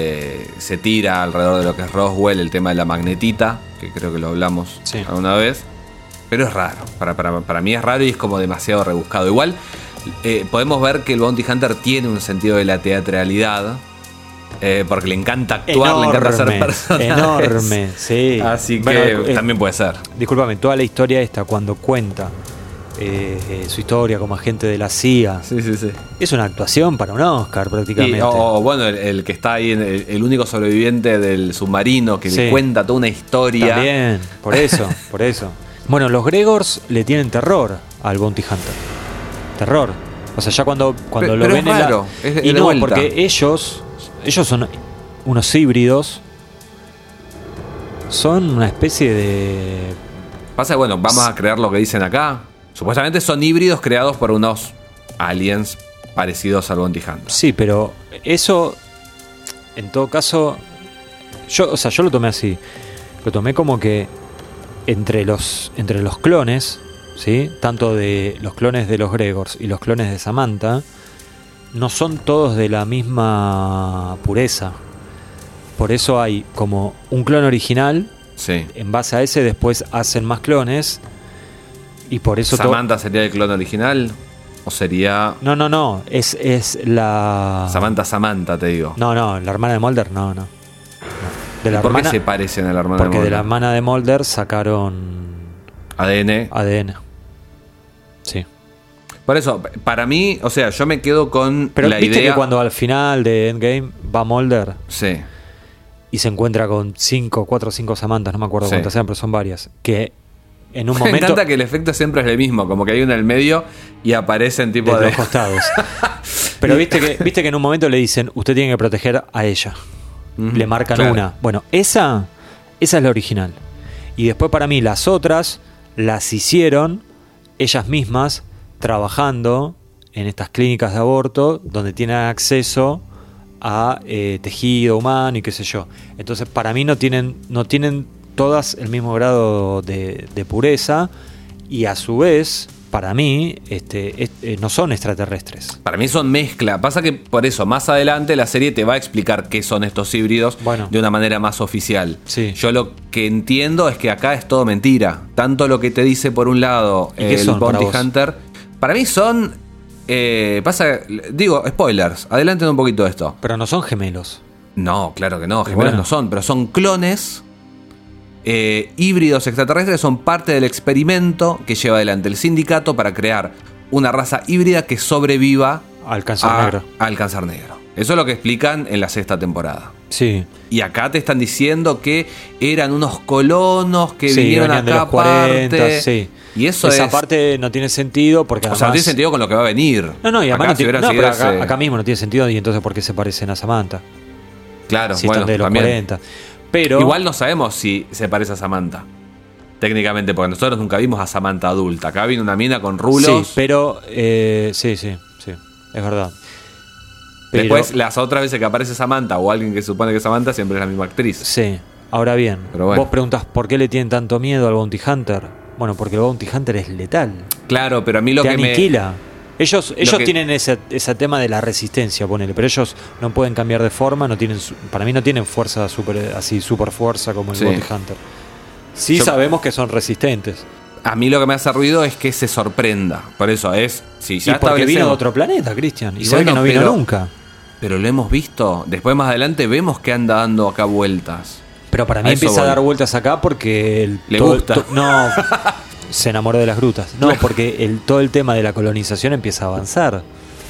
S7: se tira alrededor de lo que es Roswell el tema de la magnetita, que creo que lo hablamos alguna vez. Pero es raro, para mí es raro y es como demasiado rebuscado. Igual podemos ver que el Bounty Hunter tiene un sentido de la teatralidad, porque le encanta actuar, le encanta hacer personajes.
S6: Enorme, sí.
S7: Así que también puede ser.
S6: Discúlpame, toda la historia esta cuando cuenta su historia como agente de la CIA.
S7: Sí.
S6: Es una actuación para un Oscar prácticamente.
S7: Bueno, el que está ahí, el único sobreviviente del submarino que le cuenta toda una historia.
S6: También, por eso. Bueno, los Gregors le tienen terror al Bounty Hunter. Terror. O sea, ya cuando lo ven
S7: es raro,
S6: y no, porque ellos son unos híbridos. Son una especie de...
S7: Pasa que, bueno, vamos a creer lo que dicen acá. Supuestamente son híbridos creados por unos aliens parecidos al Bounty Hunter.
S6: Sí, pero eso, en todo caso, yo lo tomé así. Lo tomé como que entre los clones, ¿sí? Tanto de los clones de los Gregors y los clones de Samantha, no son todos de la misma pureza. Por eso hay como un clon original.
S7: Sí.
S6: En base a ese después hacen más clones. Y por eso
S7: ¿Samantha sería el clon original? ¿O sería...?
S6: No. Es la...
S7: Samantha, te digo.
S6: No, la hermana de Mulder, no. De la
S7: ¿Por
S6: hermana...
S7: qué se parecen a la hermana de Mulder?
S6: Porque de la hermana de Mulder sacaron... ADN. Sí.
S7: Por eso, para mí, o sea, yo me quedo con
S6: Pero
S7: la
S6: viste
S7: idea...
S6: que cuando al final de Endgame va Mulder...
S7: Sí.
S6: Y se encuentra con 4 o 5 Samanthas, no me acuerdo cuántas eran, pero son varias. Que en un momento...
S7: Me encanta que el efecto siempre es el mismo, como que hay uno en el medio y aparecen tipo de...
S6: los costados. Pero viste que en un momento le dicen, usted tiene que proteger a ella. Le marcan una. Bueno, esa es la original. Y después para mí las otras las hicieron ellas mismas trabajando en estas clínicas de aborto donde tienen acceso a tejido humano y qué sé yo. Entonces para mí no tienen todas el mismo grado de pureza y a su vez para mí no son extraterrestres.
S7: Para mí son mezcla. Pasa que por eso más adelante la serie te va a explicar qué son estos híbridos de una manera más oficial.
S6: Sí.
S7: Yo lo que entiendo es que acá es todo mentira. Tanto lo que te dice por un lado el Bounty Hunter, para mí son spoilers, adelanten un poquito de esto.
S6: Pero no son gemelos.
S7: No, claro que no, gemelos no son, pero son clones híbridos extraterrestres, son parte del experimento que lleva adelante el sindicato para crear una raza híbrida que sobreviva
S6: al cáncer
S7: negro. Eso es lo que explican en la 6ª temporada.
S6: Sí.
S7: Y acá te están diciendo que eran unos colonos que vinieron acá
S6: de los 40, sí.
S7: Y
S6: esa parte no tiene sentido porque además...
S7: O sea, no tiene sentido con lo que va a venir.
S6: No, y además acá mismo no tiene sentido y entonces ¿por qué se parecen a Samantha?
S7: Claro,
S6: si
S7: bueno,
S6: están de los
S7: también.
S6: 40. Pero
S7: Igual no sabemos si se parece a Samantha. Técnicamente, porque nosotros nunca vimos a Samantha adulta. Acá vino una mina con rulos.
S6: Sí, pero sí, es verdad. Pero,
S7: Después, las otras veces que aparece Samantha o alguien que se supone que es Samantha, siempre es la misma actriz.
S6: Sí, ahora bien,
S7: Pero bueno.
S6: vos preguntás ¿por qué le tienen tanto miedo al Bounty Hunter? Bueno, porque el Bounty Hunter es letal.
S7: Claro, pero a mí lo
S6: Te
S7: que
S6: aniquila. Ellos
S7: que-
S6: tienen ese tema de la resistencia, ponele, pero ellos no pueden cambiar de forma, no tienen, para mí no tienen fuerza super fuerza como el
S7: Sí.
S6: Bounty Hunter. Sí
S7: Yo-
S6: sabemos que son resistentes.
S7: A mí lo que me hace ruido es que se sorprenda. Por eso es. Si ya
S6: Y porque vino de
S7: establecemos-
S6: otro planeta, Cristian. Y
S7: Y
S6: se ve que
S7: bueno,
S6: no vino
S7: pero-
S6: nunca.
S7: Pero lo hemos visto. Después más adelante vemos que anda dando acá vueltas.
S6: Pero para mí
S7: A eso
S6: empieza a
S7: voy.
S6: dar vueltas acá porque
S7: Le gusta.
S6: no, se enamoró de las grutas. No, porque todo el tema de la colonización empieza a avanzar.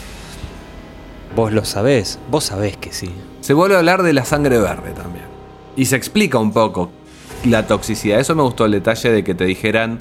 S6: Vos lo sabés. Vos sabés que sí.
S7: Se vuelve a hablar de la sangre verde también. Y se explica un poco la toxicidad. Eso me gustó el detalle de que te dijeran.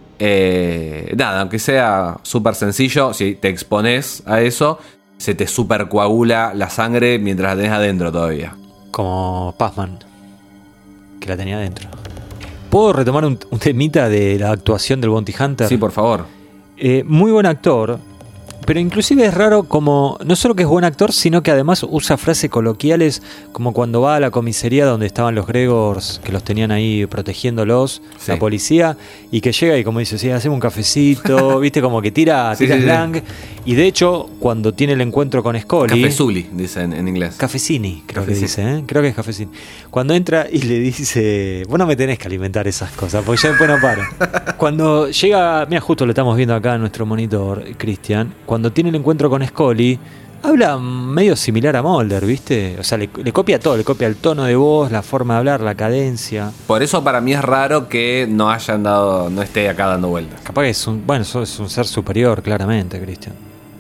S7: Nada, aunque sea súper sencillo, si te expones a eso, se te super coagula la sangre mientras la tenés adentro todavía.
S6: Como Pazman, que la tenía adentro. ¿Puedo retomar un temita de la actuación del Bounty Hunter?
S7: Sí, por favor.
S6: Muy buen actor, pero inclusive es raro como, no solo que es buen actor, sino que además usa frases coloquiales como cuando va a la comisaría donde estaban los Gregors, que los tenían ahí protegiéndolos,
S7: Sí.
S6: la policía, y que llega y como dice, sí, hacemos un cafecito, viste, como que tira
S7: Sí, sí, sí.
S6: slang, y de hecho, cuando tiene el encuentro con Scully...
S7: Cafezuli, dicen en inglés.
S6: Cafecini, creo
S7: Cafecini.
S6: que dice, ¿eh? Creo que es Cafecini. Cuando entra y le dice, vos no me tenés que alimentar esas cosas, porque ya después no paro. Cuando llega, mira, justo lo estamos viendo acá en nuestro monitor, Cristian, cuando tiene el encuentro con Scully, habla medio similar a Mulder, ¿viste? O sea, le copia todo, le copia el tono de voz, la forma de hablar, la cadencia.
S7: Por eso para mí es raro que no esté acá dando vueltas.
S6: Capaz que es es un ser superior, claramente, Cristian.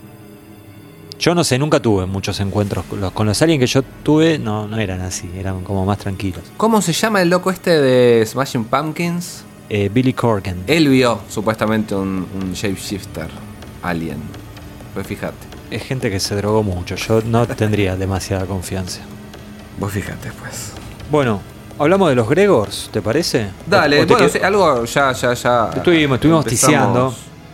S6: Yo no sé, nunca tuve muchos encuentros con los aliens que yo tuve, no eran así, eran como más tranquilos.
S7: ¿Cómo se llama el loco este de Smashing Pumpkins?
S6: Billy Corgan.
S7: Él vio supuestamente un shapeshifter alien. Pues fíjate.
S6: Es gente que se drogó mucho, yo no tendría demasiada confianza.
S7: Vos fíjate, pues.
S6: Bueno, hablamos de los Gregors, ¿te parece?
S7: Dale,
S6: ¿O te
S7: bueno,
S6: qued-
S7: sí, algo ya.
S6: Estuvimos
S7: empezamos,
S6: ticiando.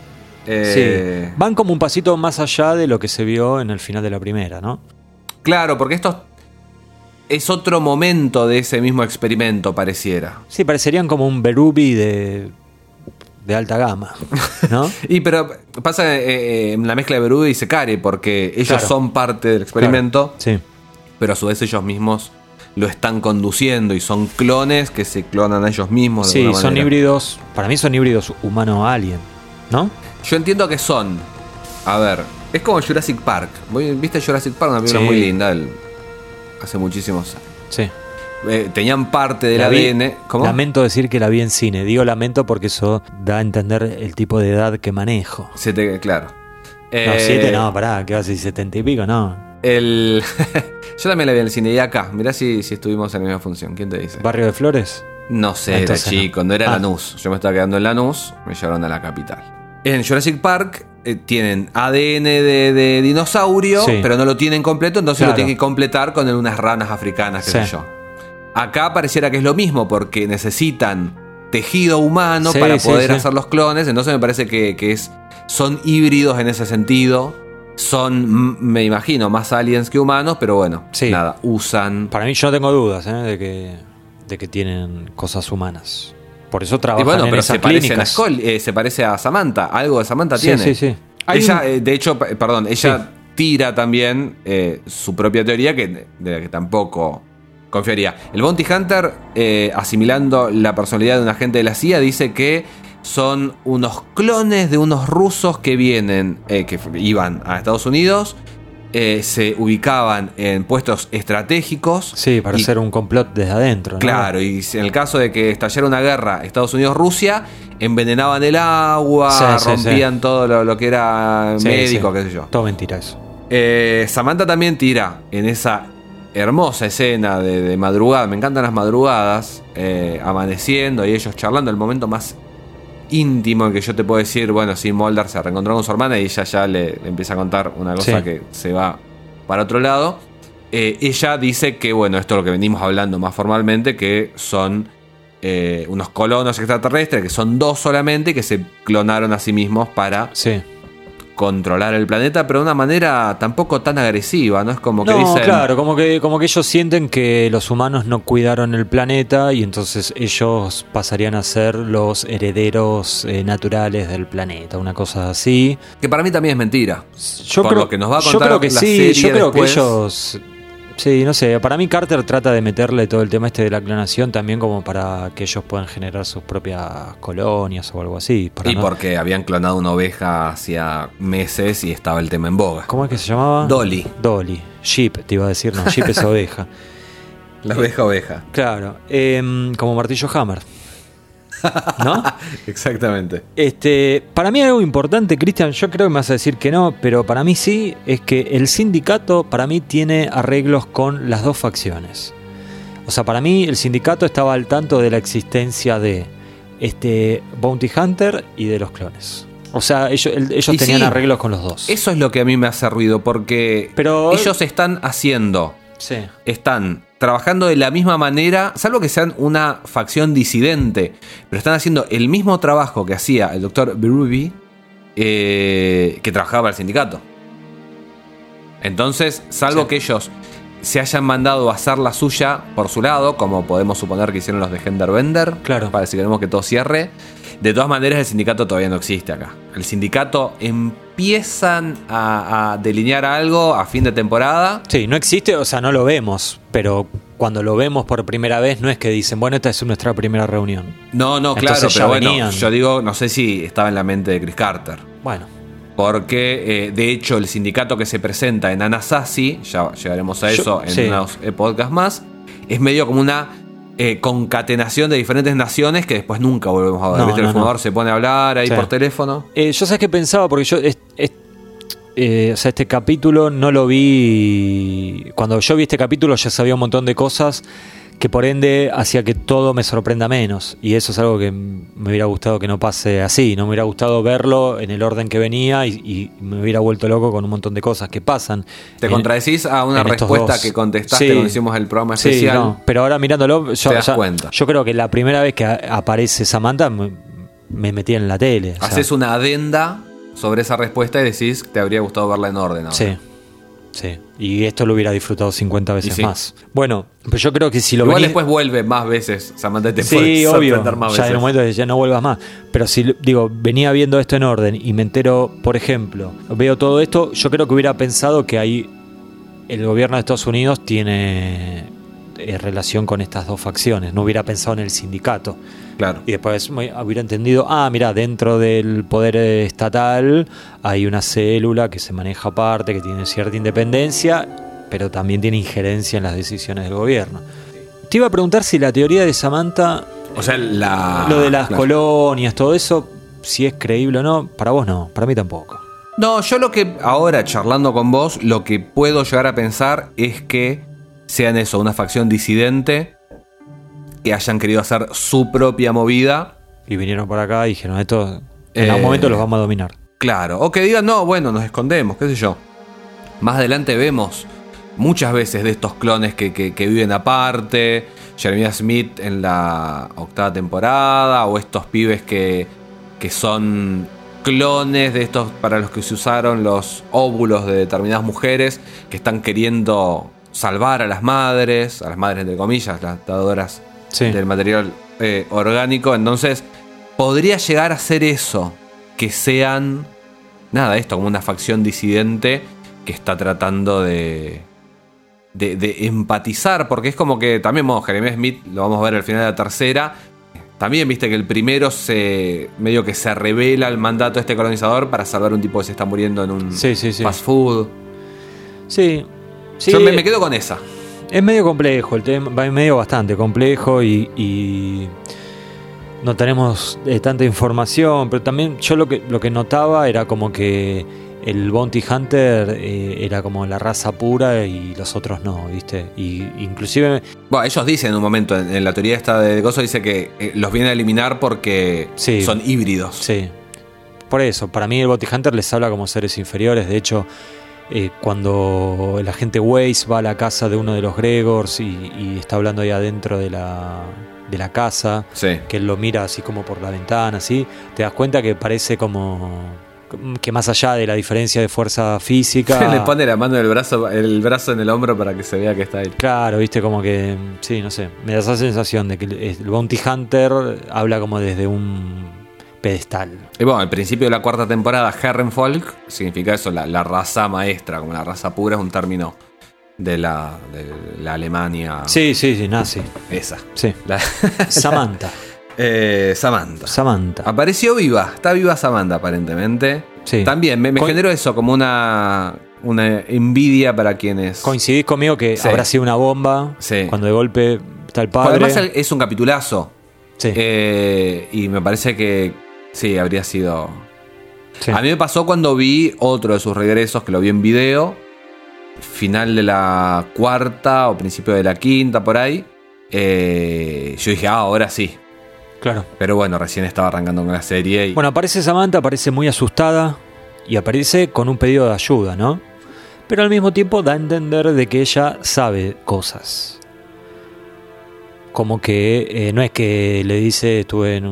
S7: eh,
S6: Sí, van como un pasito más allá de lo que se vio en el final de la primera, ¿no?
S7: Claro, porque esto es otro momento de ese mismo experimento, pareciera.
S6: Sí, parecerían como un Berubi de alta gama, ¿no?
S7: Y pero pasa en la mezcla de Berude y Secari, porque ellos
S6: Claro.
S7: son parte del experimento,
S6: Sí.
S7: pero a su vez ellos mismos lo están conduciendo y son clones que se clonan a ellos mismos. De
S6: Sí,
S7: alguna
S6: son
S7: manera.
S6: híbridos, para mí son híbridos humano-alien, ¿no?
S7: Yo entiendo que son. A ver, es como Jurassic Park. ¿Viste Jurassic Park? Una película
S6: Sí.
S7: muy linda. Hace muchísimos años.
S6: Sí.
S7: Tenían parte del
S6: La vi-
S7: ADN. ¿Cómo?
S6: Lamento decir que la vi en cine. Digo lamento porque eso da a entender el tipo de edad que manejo.
S7: Claro.
S6: No, 7 no, pará, ¿qué vas a decir? 70 y pico, no.
S7: Yo también la vi en el cine. Y acá, mirá si estuvimos en la misma función. ¿Quién te dice?
S6: ¿Barrio de Flores?
S7: No sé, era
S6: Entonces
S7: chico,
S6: no.
S7: no era
S6: Ah.
S7: Lanús. Yo me estaba quedando en Lanús, me llevaron a la capital. En Jurassic Park tienen ADN de dinosaurio,
S6: Sí.
S7: pero no lo tienen completo, entonces
S6: Claro.
S7: lo tienen que completar con unas ranas africanas, qué
S6: Sí.
S7: sé yo. Acá pareciera que es lo mismo, porque necesitan tejido humano
S6: Sí,
S7: para
S6: sí,
S7: poder
S6: sí.
S7: hacer los clones, entonces me parece que son híbridos en ese sentido. Son, me imagino, más aliens que humanos, pero bueno,
S6: Sí.
S7: nada, usan...
S6: Para mí yo no tengo dudas de que tienen cosas humanas. Por eso
S7: Y
S6: trabajan
S7: bueno,
S6: en
S7: pero
S6: esas
S7: se parece,
S6: clínicas.
S7: se parece a Samantha. Algo de Samantha
S6: Sí,
S7: tiene.
S6: sí, sí. Hay
S7: Ella,
S6: un-
S7: de hecho, perdón, ella tira también su propia teoría de la que tampoco confiaría. El Bounty Hunter, asimilando la personalidad de un agente de la CIA, dice que son unos clones de unos rusos que vienen, que iban a Estados Unidos, se ubicaban en puestos estratégicos.
S6: Sí, para
S7: y-
S6: hacer un complot desde adentro, ¿no?
S7: Claro, y si en el caso de que estallara una guerra Estados Unidos-Rusia, envenenaban el agua,
S6: Sí, sí,
S7: rompían todo lo que era
S6: Sí,
S7: médico,
S6: sí.
S7: qué sé yo.
S6: Todo mentira eso.
S7: Samantha también tira en esa hermosa escena de madrugada, me encantan las madrugadas, amaneciendo y ellos charlando, el momento más íntimo en que yo te puedo decir, bueno, sí, Mulder se reencontró con su hermana y ella ya le empieza a contar una cosa
S6: Sí.
S7: que se va para otro lado. ella dice que, bueno, esto es lo que venimos hablando más formalmente, que son unos colonos extraterrestres, que son 2 solamente, que se clonaron a sí mismos para controlar el planeta, pero de una manera tampoco tan agresiva, ¿no? Es como que dicen...
S6: Claro, como que ellos sienten que los humanos no cuidaron el planeta y entonces ellos pasarían a ser los herederos naturales del planeta, una cosa así.
S7: Que para mí también es mentira.
S6: Yo creo
S7: que nos va a contar
S6: yo creo que
S7: la
S6: sí,
S7: serie
S6: yo creo
S7: después.
S6: que ellos... Sí, no sé, para mí Carter trata de meterle todo el tema de la clonación también como para que ellos puedan generar sus propias colonias o algo así.
S7: Porque habían clonado una oveja hacía meses y estaba el tema en boga.
S6: ¿Cómo es que se llamaba?
S7: Dolly.
S6: Sheep, te iba a decir, no, Sheep es oveja.
S7: La oveja.
S6: Claro, como martillo Hammer. ¿No?
S7: Exactamente.
S6: Para mí algo importante, Cristian, yo creo que me vas a decir que no, pero para mí sí, es que el sindicato para mí tiene arreglos con las 2 facciones. O sea, para mí el sindicato estaba al tanto de la existencia de Bounty Hunter y de los clones. O sea, ellos tenían arreglos con los 2.
S7: Eso es lo que a mí me hace ruido, porque ellos están haciendo...
S6: Sí.
S7: Están trabajando de la misma manera, salvo que sean una facción disidente, pero están haciendo el mismo trabajo que hacía el Dr. Berube, que trabajaba para el sindicato. Entonces, salvo que ellos se hayan mandado a hacer la suya por su lado, como podemos suponer que hicieron los de Genderbender,
S6: claro,
S7: para si queremos que todo cierre, de todas maneras el sindicato todavía no existe acá. El sindicato empiezan a delinear algo a fin de temporada.
S6: Sí, no existe, o sea, no lo vemos, pero cuando lo vemos por primera vez no es que dicen, bueno, esta es nuestra primera reunión.
S7: No,
S6: entonces,
S7: claro, pero bueno,
S6: venían.
S7: yo digo, no sé si estaba en la mente de Chris Carter.
S6: Bueno.
S7: Porque, de hecho, el sindicato que se presenta en Anasazi, ya llegaremos a eso en unos podcasts más, es medio como una concatenación de diferentes naciones que después nunca volvemos a ver. ¿Viste? El fumador se pone a hablar ahí por teléfono.
S6: Yo sabes qué pensaba, porque yo o sea, este capítulo no lo vi. Cuando yo vi este capítulo ya sabía un montón de cosas que por ende hacía que todo me sorprenda menos. Y eso es algo que me hubiera gustado que no pase así. No me hubiera gustado verlo en el orden que venía y me hubiera vuelto loco con un montón de cosas que pasan.
S7: Te contradecís a una respuesta que contestaste cuando hicimos el programa especial.
S6: No, pero ahora mirándolo,
S7: te das cuenta.
S6: Yo creo que la primera vez que aparece Samantha me metí en la tele.
S7: Haces una adenda sobre esa respuesta y decís que te habría gustado verla en orden ahora.
S6: Sí, y esto lo hubiera disfrutado 50 veces más. Bueno, pero yo creo que si lo
S7: igual después vuelve más veces, Samantha, te
S6: puede
S7: sorprender más veces.
S6: Ya en un momento ya no vuelvas más. Pero si venía viendo esto en orden y me entero, por ejemplo, veo todo esto, yo creo que hubiera pensado que ahí el gobierno de Estados Unidos tiene relación con estas 2 facciones. No hubiera pensado en el sindicato.
S7: Claro.
S6: Y después hubiera entendido, mira, dentro del poder estatal hay una célula que se maneja aparte, que tiene cierta independencia, pero también tiene injerencia en las decisiones del gobierno. Te iba a preguntar si la teoría de Samantha,
S7: o sea,
S6: lo de las colonias, todo eso, si es creíble o no. Para vos no, para mí tampoco.
S7: No, yo lo que ahora, charlando con vos, lo que puedo llegar a pensar es que sean eso, una facción disidente, que hayan querido hacer su propia movida.
S6: Y vinieron por acá y dijeron, esto en algún momento los vamos a dominar.
S7: Claro, o que digan, no, bueno, nos escondemos, qué sé yo. Más adelante vemos muchas veces de estos clones que viven aparte. Jeremiah Smith en la 8ª temporada, o estos pibes que son clones de estos para los que se usaron los óvulos de determinadas mujeres, que están queriendo salvar a las madres entre comillas, las dadoras del material orgánico. Entonces podría llegar a ser eso, que sean esto como una facción disidente que está tratando de empatizar, porque es como que también Jeremiah Smith lo vamos a ver al final de la 3ª. También viste que el primero medio que se revela al mandato de este colonizador para salvar a un tipo que se está muriendo en un fast food.
S6: Sí.
S7: Yo me quedo con esa.
S6: Es medio complejo el tema, es medio bastante complejo y no tenemos tanta información, pero también yo lo que notaba era como que el Bounty Hunter era como la raza pura y los otros no, ¿viste? Y inclusive...
S7: Bueno, ellos dicen en un momento, en la teoría esta de Gozo, dice que los viene a eliminar porque son híbridos.
S6: Sí, por eso, para mí el Bounty Hunter les habla como seres inferiores. De hecho, cuando el agente Weiss va a la casa de uno de los Gregors y está hablando ahí adentro de la casa,
S7: Sí.
S6: que él lo mira así como por la ventana, así, te das cuenta que parece como que más allá de la diferencia de fuerza física,
S7: Le pone la mano en el brazo en el hombro para que se vea que está ahí.
S6: claro, viste, como que, sí, no sé, me da esa sensación de que el Bounty Hunter habla como desde un pedestal.
S7: Y bueno, al principio de la 4ª temporada, Herrenvolk significa eso, la raza maestra, como la raza pura, es un término de la Alemania.
S6: Sí, nazi.
S7: Esa.
S6: Sí. Samantha.
S7: Samantha. Apareció viva. Está viva Samantha, aparentemente.
S6: Sí.
S7: También me generó eso, como una envidia para quienes.
S6: Coincidís conmigo que
S7: Sí.
S6: habrá sido una bomba.
S7: Sí.
S6: Cuando de golpe está el padre.
S7: Además, es un capitulazo.
S6: Sí.
S7: Y me parece que sí, habría sido.
S6: Sí.
S7: A mí me pasó cuando vi otro de sus regresos, que lo vi en video. Final de la 4ª o principio de la 5ª, por ahí. Yo dije, ahora sí.
S6: Claro.
S7: Pero bueno, recién estaba arrancando con la serie.
S6: Bueno, aparece Samantha, aparece muy asustada y aparece con un pedido de ayuda, ¿no? Pero al mismo tiempo da a entender de que ella sabe cosas. Como que no es que le dice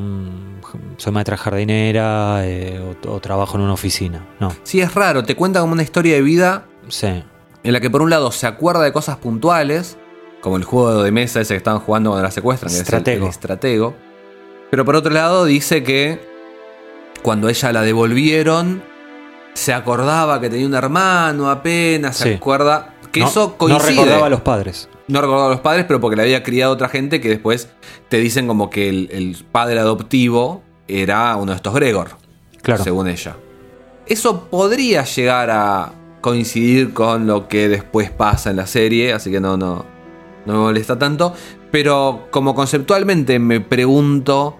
S6: soy maestra jardinera o trabajo en una oficina, no.
S7: Sí, es raro, te cuenta como una historia de vida
S6: Sí.
S7: en la que por un lado se acuerda de cosas puntuales, como el juego de mesa ese que estaban jugando cuando la secuestran, que
S6: Estratego.
S7: es el estratego. Pero por otro lado dice que cuando ella la devolvieron, se acordaba que tenía un hermano apenas, se
S6: Sí.
S7: acuerda que
S6: No-
S7: eso coincide.
S6: No recordaba a los padres.
S7: No recordaba a los padres, pero porque la había criado otra gente que después te dicen como que el padre adoptivo era uno de estos Gregor,
S6: Claro.
S7: según ella. Eso podría llegar a coincidir con lo que después pasa en la serie, así que no me molesta tanto. Pero como conceptualmente me pregunto,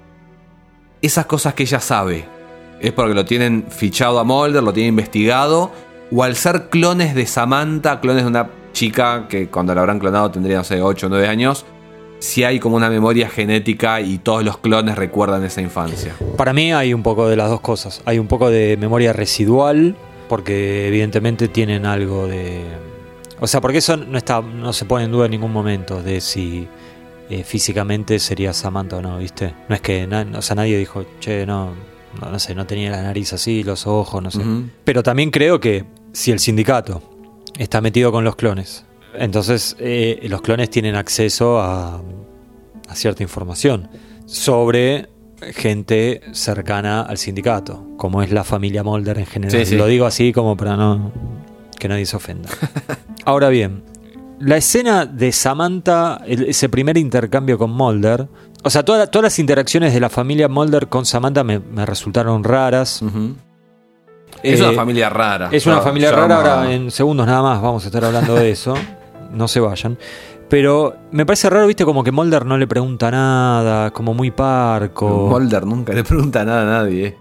S7: esas cosas que ella sabe, ¿es porque lo tienen fichado a Mulder, lo tienen investigado? ¿O al ser clones de Samantha, clones de una chica que cuando la habrán clonado tendría, no sé, 8 o 9 años, si hay como una memoria genética y todos los clones recuerdan esa infancia?
S6: Para mí hay un poco de las dos cosas. Hay un poco de memoria residual, porque evidentemente tienen algo de... O sea, porque eso no se pone en duda en ningún momento de si físicamente sería Samantha o no, ¿viste? No es que nadie dijo, che, no sé, no tenía la nariz así, los ojos, no sé.
S7: Ujú.
S6: Pero también creo que si el sindicato está metido con los clones, entonces los clones tienen acceso a cierta información sobre gente cercana al sindicato, como es la familia Mulder en general.
S7: Sí, sí.
S6: Lo digo así como para que nadie se ofenda. Ahora bien, la escena de Samantha, ese primer intercambio con Mulder, o sea, todas las interacciones de la familia Mulder con Samantha me resultaron raras.
S7: Ujú. Es una familia rara.
S6: Es una
S7: Ya-
S6: familia
S7: ya
S6: rara,
S7: vamos a-
S6: ahora en segundos nada más vamos a estar hablando de eso. No se vayan. Pero me parece raro, viste, como que Mulder no le pregunta nada, como muy parco.
S7: Mulder nunca le pregunta nada a nadie.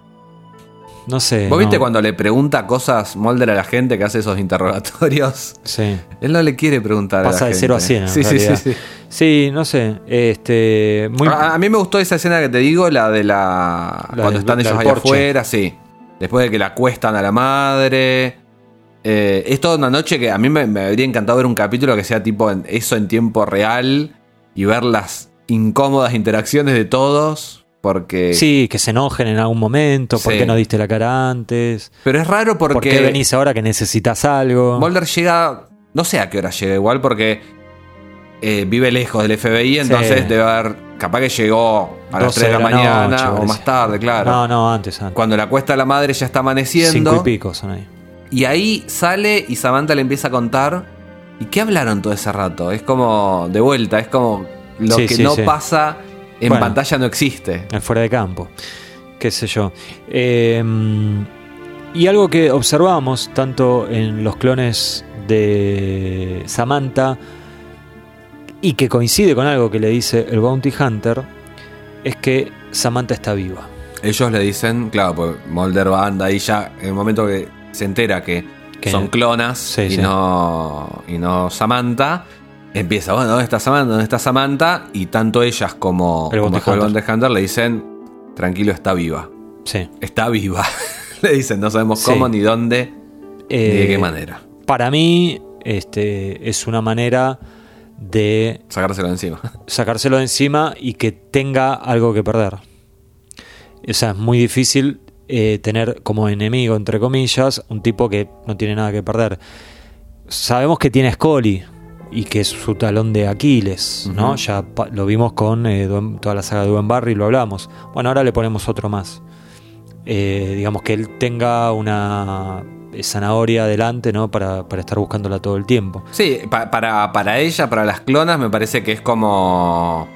S6: No sé.
S7: ¿Vos
S6: no.
S7: viste cuando le pregunta cosas Mulder a la gente que hace esos interrogatorios?
S6: Sí.
S7: Él no le quiere preguntar a la
S6: Pasa de
S7: gente.
S6: 0 a 100 en
S7: Sí, sí,
S6: realidad.
S7: sí, sí.
S6: Sí, no sé. Muy...
S7: A mí me gustó esa escena que te digo, la de cuando
S6: del-
S7: están
S6: la
S7: ellos
S6: del
S7: ahí
S6: porche.
S7: afuera, sí. Después de que la acuestan a la madre. Es toda una noche que a mí me habría encantado ver un capítulo que sea tipo eso en tiempo real y ver las incómodas interacciones de todos. Porque.
S6: Sí, que se enojen en algún momento. ¿Por
S7: Sí.
S6: qué no diste la cara antes?
S7: Pero es raro porque.
S6: ¿Por qué venís ahora que necesitas algo?
S7: Mulder llega. No sé a qué hora llega igual porque vive lejos del FBI, entonces
S6: Sí.
S7: debe haber. Capaz que llegó a las
S6: 12
S7: 3 de la mañana
S6: noche,
S7: o
S6: parece.
S7: más tarde, claro.
S6: No, antes.
S7: Cuando la acuesta a la madre ya está amaneciendo.
S6: 5 y pico son ahí.
S7: Y ahí sale y Samantha le empieza a contar. ¿Y qué hablaron todo ese rato? Es como de vuelta, es como lo
S6: Sí,
S7: que
S6: sí,
S7: no
S6: sí.
S7: pasa en
S6: Bueno.
S7: pantalla no existe.
S6: El fuera de campo, qué sé yo. Y algo que observamos tanto en los clones de Samantha y que coincide con algo que le dice el Bounty Hunter es que Samantha está viva.
S7: Ellos le dicen, claro, pues Mulder va anda ahí ya en el momento que se entera que son clonas
S6: Sí,
S7: y
S6: sí.
S7: no Samantha. Empieza, bueno, ¿dónde está Samantha? ¿Dónde está Samantha? Y tanto ellas como
S6: El Bounty
S7: el
S6: Hunter.
S7: Bounty Hunter le dicen, tranquilo, está viva.
S6: Sí.
S7: Está viva. Le dicen, no sabemos
S6: Sí.
S7: cómo ni dónde. ¿De qué manera?
S6: Para mí, es una manera de sacárselo de encima y que tenga algo que perder. O sea, es muy difícil tener como enemigo, entre comillas, un tipo que no tiene nada que perder. Sabemos que tiene a Scully y que es su talón de Aquiles, ¿no?
S7: Uh-huh.
S6: Ya lo vimos con toda la saga de Dwayne Barry, lo hablamos. Bueno, ahora le ponemos otro más. Digamos que él tenga una zanahoria adelante, ¿no? Para estar buscándola todo el tiempo.
S7: Sí, para ella, para las clonas, me parece que es como...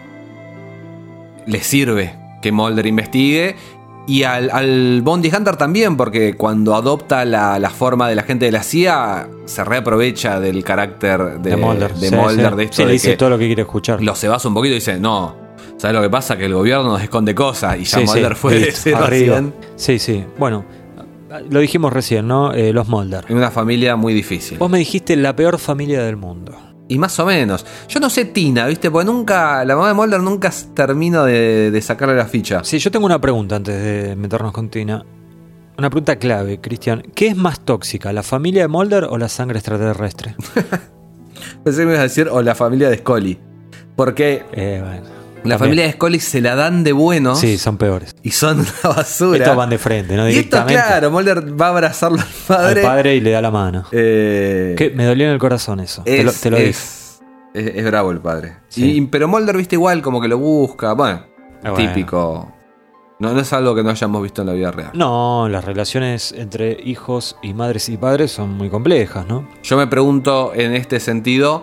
S7: le sirve que Mulder investigue. Y al Bounty Hunter también, porque cuando adopta la forma de la gente de la CIA, se reaprovecha del carácter de Mulder. De esto
S6: sí,
S7: de
S6: le dice
S7: que
S6: todo lo que quiere escuchar.
S7: Lo cebas un poquito y dice, no, ¿sabes lo que pasa? Que el gobierno nos esconde cosas. Y ya Mulder fue de 0 a 100.
S6: Sí. Bueno, lo dijimos recién, ¿no? Los Mulder.
S7: En una familia muy difícil.
S6: Vos me dijiste la peor familia del mundo.
S7: Y más o menos. Yo no sé Tina, ¿viste? Porque la mamá de Mulder nunca termino de sacarle la ficha.
S6: Sí, yo tengo una pregunta antes de meternos con Tina. Una pregunta clave, Cristian. ¿Qué es más tóxica, la familia de Mulder o la sangre extraterrestre?
S7: Pensé que me ibas a decir, o la familia de Scully. Porque la familia de Scully se la dan de buenos.
S6: Sí, son peores.
S7: Y son una basura.
S6: Estos van de frente, ¿no? Directamente.
S7: Y esto, claro, Mulder va a abrazarlo al
S6: padre y le da la mano. Que me dolió en el corazón eso. Te lo dije.
S7: Es bravo el padre.
S6: Sí.
S7: Pero Mulder, viste, igual como que lo busca. Bueno, típico. No es algo que no hayamos visto en la vida real.
S6: No, las relaciones entre hijos y madres y padres son muy complejas, ¿no?
S7: Yo me pregunto en este sentido,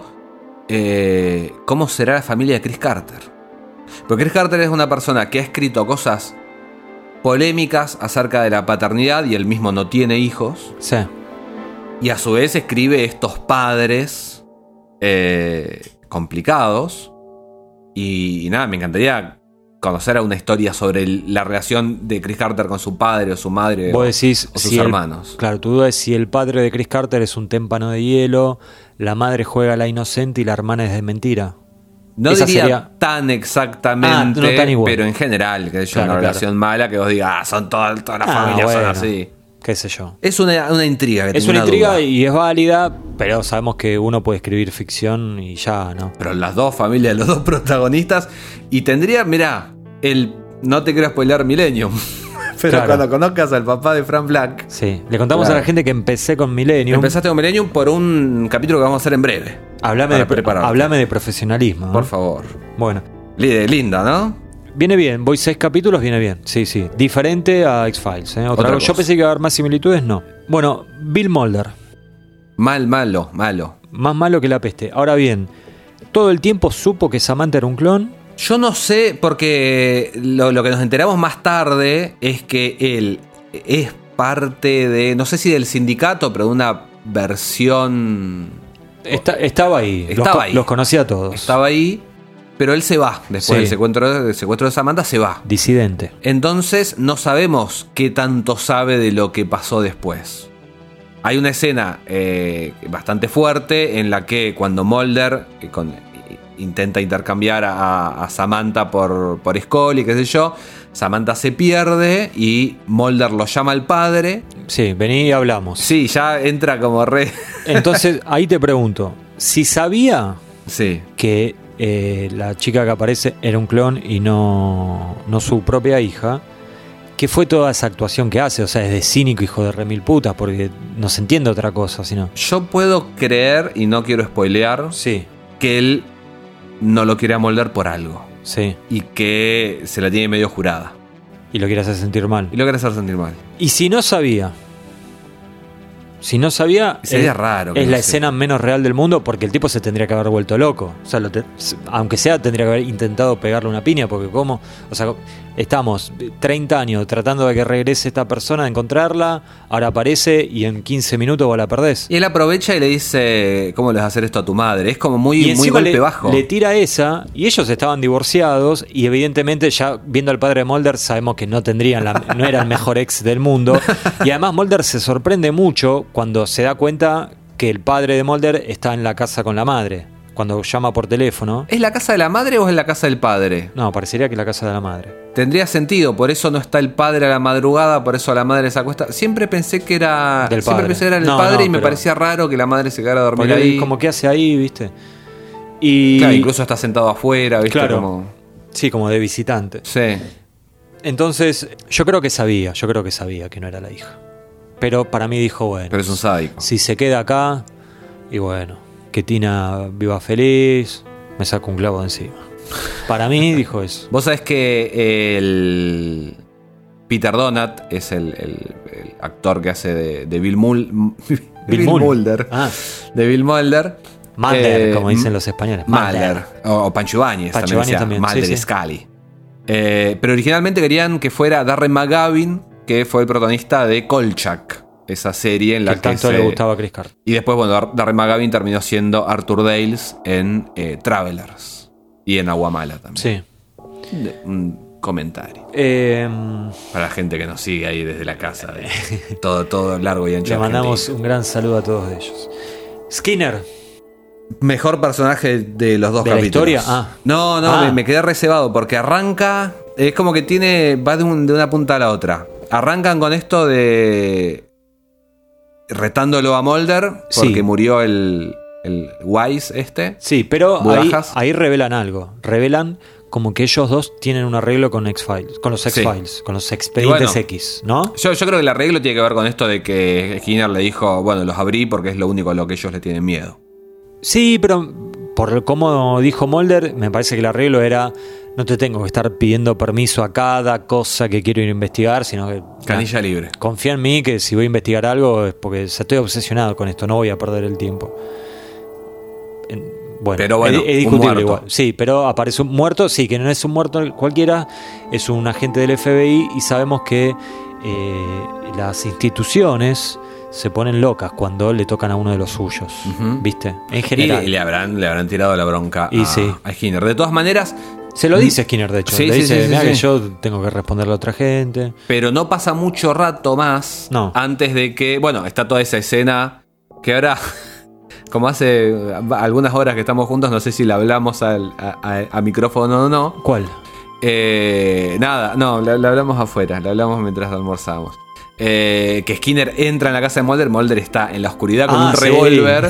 S7: ¿cómo será la familia de Chris Carter? Porque Chris Carter es una persona que ha escrito cosas polémicas acerca de la paternidad y él mismo no tiene hijos.
S6: Sí.
S7: Y a su vez escribe estos padres complicados. Y nada, me encantaría conocer una historia sobre la relación de Chris Carter con su padre o su madre.
S6: Vos decís,
S7: o sus hermanos.
S6: Claro, tu duda es si el padre de Chris Carter es un témpano de hielo, la madre juega a la inocente y la hermana es de mentira.
S7: No
S6: Esa
S7: diría
S6: sería...
S7: tan exactamente,
S6: no tan igual.
S7: pero en general, que es una relación mala, que vos digas, son todas las familias son así.
S6: Qué sé yo.
S7: Es una intriga.
S6: Es una intriga duda. Y es válida, pero sabemos que uno puede escribir ficción y ya, ¿no?
S7: Pero las dos familias, los dos protagonistas, y tendría, mirá, no te quiero spoiler Millennium. Pero claro, cuando conozcas al papá de Frank Black.
S6: Sí, le contamos a la gente que empecé con Millennium.
S7: Empezaste con Millennium por un capítulo que vamos a hacer en breve.
S6: Hablame de profesionalismo.
S7: Por favor.
S6: Bueno.
S7: Linda, ¿no?
S6: Viene bien, voy 6 capítulos, viene bien. Sí. Diferente a X-Files. Yo pensé que iba a haber más similitudes, no. Bueno, Bill Mulder.
S7: Malo.
S6: Más malo que la peste. Ahora bien, todo el tiempo supo que Samantha era un clon.
S7: Yo no sé, porque lo que nos enteramos más tarde es que él es parte de, no sé si del sindicato, pero de una versión...
S6: Estaba ahí. Los conocía a todos.
S7: Estaba ahí, pero él se va. Después del secuestro de Samantha, se va.
S6: Disidente.
S7: Entonces no sabemos qué tanto sabe de lo que pasó después. Hay una escena bastante fuerte en la que cuando Mulder... intenta intercambiar a Samantha por Scully, qué sé yo. Samantha se pierde y Mulder lo llama al padre.
S6: Sí, vení y hablamos.
S7: Sí, ya entra como re...
S6: Entonces, ahí te pregunto, si sabía
S7: que
S6: la chica que aparece era un clon y no su propia hija, ¿qué fue toda esa actuación que hace? O sea, es de cínico, hijo de remil putas, porque no se entiende otra cosa, sino...
S7: Yo puedo creer, y no quiero spoilear, que él no lo quiere a Mulder por algo.
S6: Sí.
S7: Y que se la tiene medio jurada.
S6: Y lo quiere hacer sentir mal.
S7: Y
S6: si no sabía...
S7: sería raro.
S6: Es la escena menos real del mundo, porque el tipo se tendría que haber vuelto loco. O sea, aunque sea, tendría que haber intentado pegarle una piña, porque ¿cómo? O sea, estamos 30 años tratando de que regrese esta persona, de encontrarla, ahora aparece y en 15 minutos vos la perdés.
S7: Y él aprovecha y le dice, ¿cómo le vas a hacer esto a tu madre? Es como muy golpe bajo.
S6: Le tira esa, y ellos estaban divorciados, y evidentemente ya viendo al padre de Mulder sabemos que no era el mejor ex del mundo. Y además Mulder se sorprende mucho cuando se da cuenta que el padre de Mulder está en la casa con la madre. cuando llama por teléfono.
S7: ¿Es la casa de la madre o es la casa del padre?
S6: No, parecería que es la casa de la madre.
S7: Tendría sentido, por eso no está el padre a la madrugada, por eso la madre se acuesta. Siempre pensé que era
S6: Del
S7: siempre
S6: padre.
S7: pensé que era el
S6: No,
S7: padre
S6: no,
S7: y me
S6: pero-
S7: parecía raro que la madre se quedara a dormir
S6: Porque
S7: ahí.
S6: como que hace ahí, ¿viste? Y
S7: Claro, incluso está sentado afuera, ¿viste?
S6: Claro.
S7: Como...
S6: Sí, como de visitante.
S7: Sí.
S6: Entonces, yo creo que sabía que no era la hija. Pero para mí dijo, bueno,
S7: Pero es un sádico.
S6: si se queda acá, y bueno, que Tina viva feliz, me saco un clavo de encima. Para mí dijo eso.
S7: Vos sabés que el Peter Donat es el actor que hace de Bill Mulder.
S6: Ah,
S7: De Bill Mulder.
S6: Mulder, como dicen los españoles.
S7: Mulder. O Pancho Ibáñez
S6: Pancho
S7: también.
S6: Ibáñez también,
S7: Mulder
S6: sí,
S7: y
S6: sí.
S7: Scully. Pero originalmente querían que fuera Darren McGavin, que fue el protagonista de Kolchak, esa serie en la
S6: Que tanto le gustaba a Chris Carter.
S7: Y después, bueno, Darren McGavin terminó siendo Arthur Dales en Travelers y en Aguamala también.
S6: Sí.
S7: Un comentario
S6: Eh,
S7: para la gente que nos sigue ahí desde la casa, de todo largo y ancho.
S6: le mandamos
S7: argentino.
S6: un gran saludo a todos ellos. Skinner.
S7: Mejor personaje de los dos
S6: ¿De la
S7: capítulos.
S6: historia? Ah.
S7: No,
S6: Ah.
S7: me quedé reservado porque arranca. Es como que va de una punta a la otra. Arrancan con esto de retándolo a Mulder porque
S6: Sí.
S7: murió el Wise este.
S6: Sí, pero
S7: Budajas.
S6: ahí revelan algo. Revelan como que ellos dos tienen un arreglo con X-Files, con los X-Files, con los expedientes
S7: Y bueno,
S6: X, ¿no?
S7: Yo creo que el arreglo tiene que ver con esto de que Skinner le dijo, bueno, los abrí porque es lo único a lo que ellos le tienen miedo.
S6: Sí, pero por cómo dijo Mulder, me parece que el arreglo era: no te tengo que estar pidiendo permiso a cada cosa que quiero ir a investigar, sino que
S7: Canilla libre.
S6: confía en mí, que si voy a investigar algo es porque estoy obsesionado con esto, no voy a perder el tiempo. Bueno,
S7: Pero bueno,
S6: es
S7: un
S6: discutible
S7: muerto.
S6: igual. Sí, pero aparece un muerto, sí, que no es un muerto cualquiera, es un agente del FBI y sabemos que las instituciones se ponen locas cuando le tocan a uno de los suyos,
S7: Ujú.
S6: ¿viste? En general.
S7: Y le habrán tirado la bronca
S6: Y
S7: a,
S6: sí.
S7: a Skinner. De todas maneras,
S6: Se lo dice Skinner, de hecho.
S7: Sí,
S6: le
S7: sí,
S6: dice,
S7: sí,
S6: mira
S7: sí,
S6: que
S7: sí.
S6: yo tengo que responderle a otra gente.
S7: pero no pasa mucho rato más
S6: No.
S7: antes de que, bueno, está toda esa escena que ahora, como hace algunas horas que estamos juntos, no sé si la hablamos a micrófono o no.
S6: ¿Cuál?
S7: Nada, no, la hablamos afuera, la hablamos mientras almorzamos. Que Skinner entra en la casa de Mulder, Mulder está en la oscuridad con un
S6: sí.
S7: revólver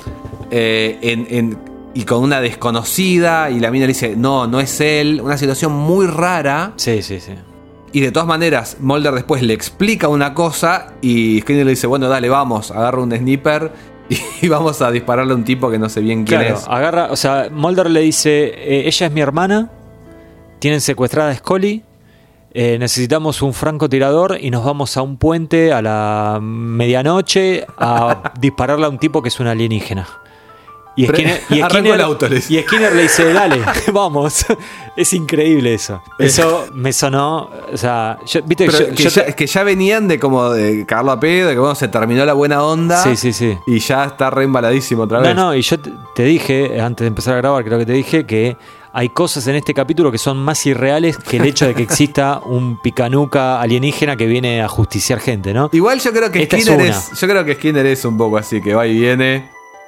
S7: y con una desconocida, y la mina le dice, no es él, una situación muy rara.
S6: Sí, sí, sí.
S7: Y de todas maneras, Mulder después le explica una cosa y Skinner le dice, bueno, dale, vamos, agarra un sniper y vamos a dispararle a un tipo que no sé bien quién
S6: Claro,
S7: es.
S6: agarra, o sea, Mulder le dice, ella es mi hermana, tienen secuestrada a Scully, necesitamos un francotirador y nos vamos a un puente a la medianoche a dispararle a un tipo que es un alienígena. Y
S7: Arrancó el auto, le dice.
S6: y Skinner le dice, dale, vamos. Es increíble eso. Eso me sonó, o sea, viste
S7: Pero
S6: yo
S7: que ya venían de como de cagarlo a pedo, de que bueno, se terminó la buena onda.
S6: Sí, sí, sí.
S7: Y ya está re embaladísimo otra vez.
S6: No, y yo te dije, antes de empezar a grabar, creo que te dije que hay cosas en este capítulo que son más irreales que el hecho de que exista un picanuca alienígena que viene a justiciar gente, ¿no?
S7: Igual yo creo que
S6: Esta es
S7: Skinner
S6: una.
S7: yo creo que Skinner es un poco así, que va y viene.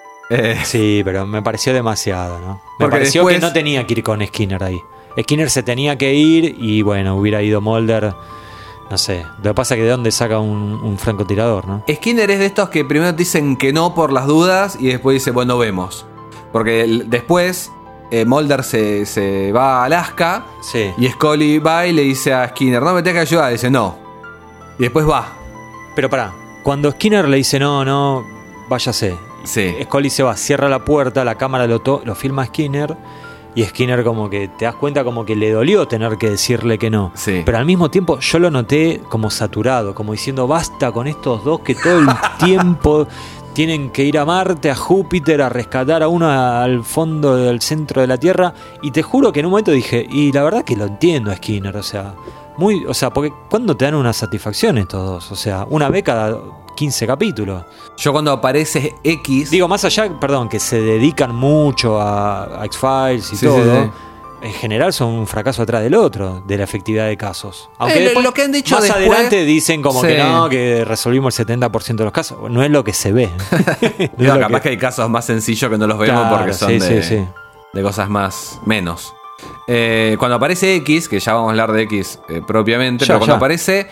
S6: Sí, pero me pareció demasiado, ¿no? Me
S7: Porque
S6: pareció
S7: después-
S6: que no tenía que ir con Skinner ahí. Skinner se tenía que ir y bueno, hubiera ido Mulder, no sé. Lo que pasa es que de dónde saca un francotirador, ¿no?
S7: Skinner es de estos que primero te dicen que no por las dudas y después dice, bueno, vemos. Porque después Mulder se va a Alaska
S6: Sí.
S7: y Scully va y le dice a Skinner, no, me tenés que ayudar. Y dice, no. Y después va.
S6: Pero pará, cuando Skinner le dice no, váyase.
S7: Sí.
S6: Scully se va, cierra la puerta, la cámara lo filma a Skinner y Skinner como que te das cuenta como que le dolió tener que decirle que no.
S7: Sí.
S6: Pero al mismo tiempo yo lo noté como saturado, como diciendo basta con estos dos que todo el tiempo tienen que ir a Marte, a Júpiter, a rescatar a uno al fondo del centro de la Tierra. Y te juro que en un momento dije, y la verdad que lo entiendo a Skinner, o sea, porque ¿cuándo te dan una satisfacción estos dos? O sea, una vez cada 15 capítulos.
S7: Yo cuando aparece X...
S6: Digo, más allá, perdón, que se dedican mucho a X-Files y
S7: Sí,
S6: todo.
S7: sí, sí.
S6: en general son un fracaso atrás del otro de la efectividad de casos. Aunque después,
S7: lo que han dicho
S6: más
S7: después,
S6: adelante dicen como
S7: sí,
S6: que no, que resolvimos el 70% de los casos. No es lo que se ve.
S7: No, capaz que hay casos más sencillos que no los vemos,
S6: Claro,
S7: porque son
S6: sí,
S7: de,
S6: sí, sí.
S7: de cosas menos. Cuando aparece X, que ya vamos a hablar de X propiamente, pero cuando aparece,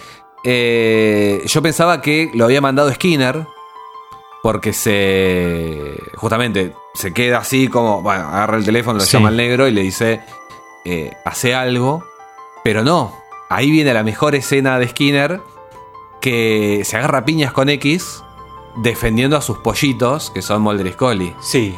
S7: yo pensaba que lo había mandado Skinner, porque justamente se queda así como, bueno, agarra el teléfono, lo llama al negro y le dice, hace algo, pero no. Ahí viene la mejor escena de Skinner, que se agarra a piñas con X, defendiendo a sus pollitos, que son Mulder y Scully.
S6: Sí,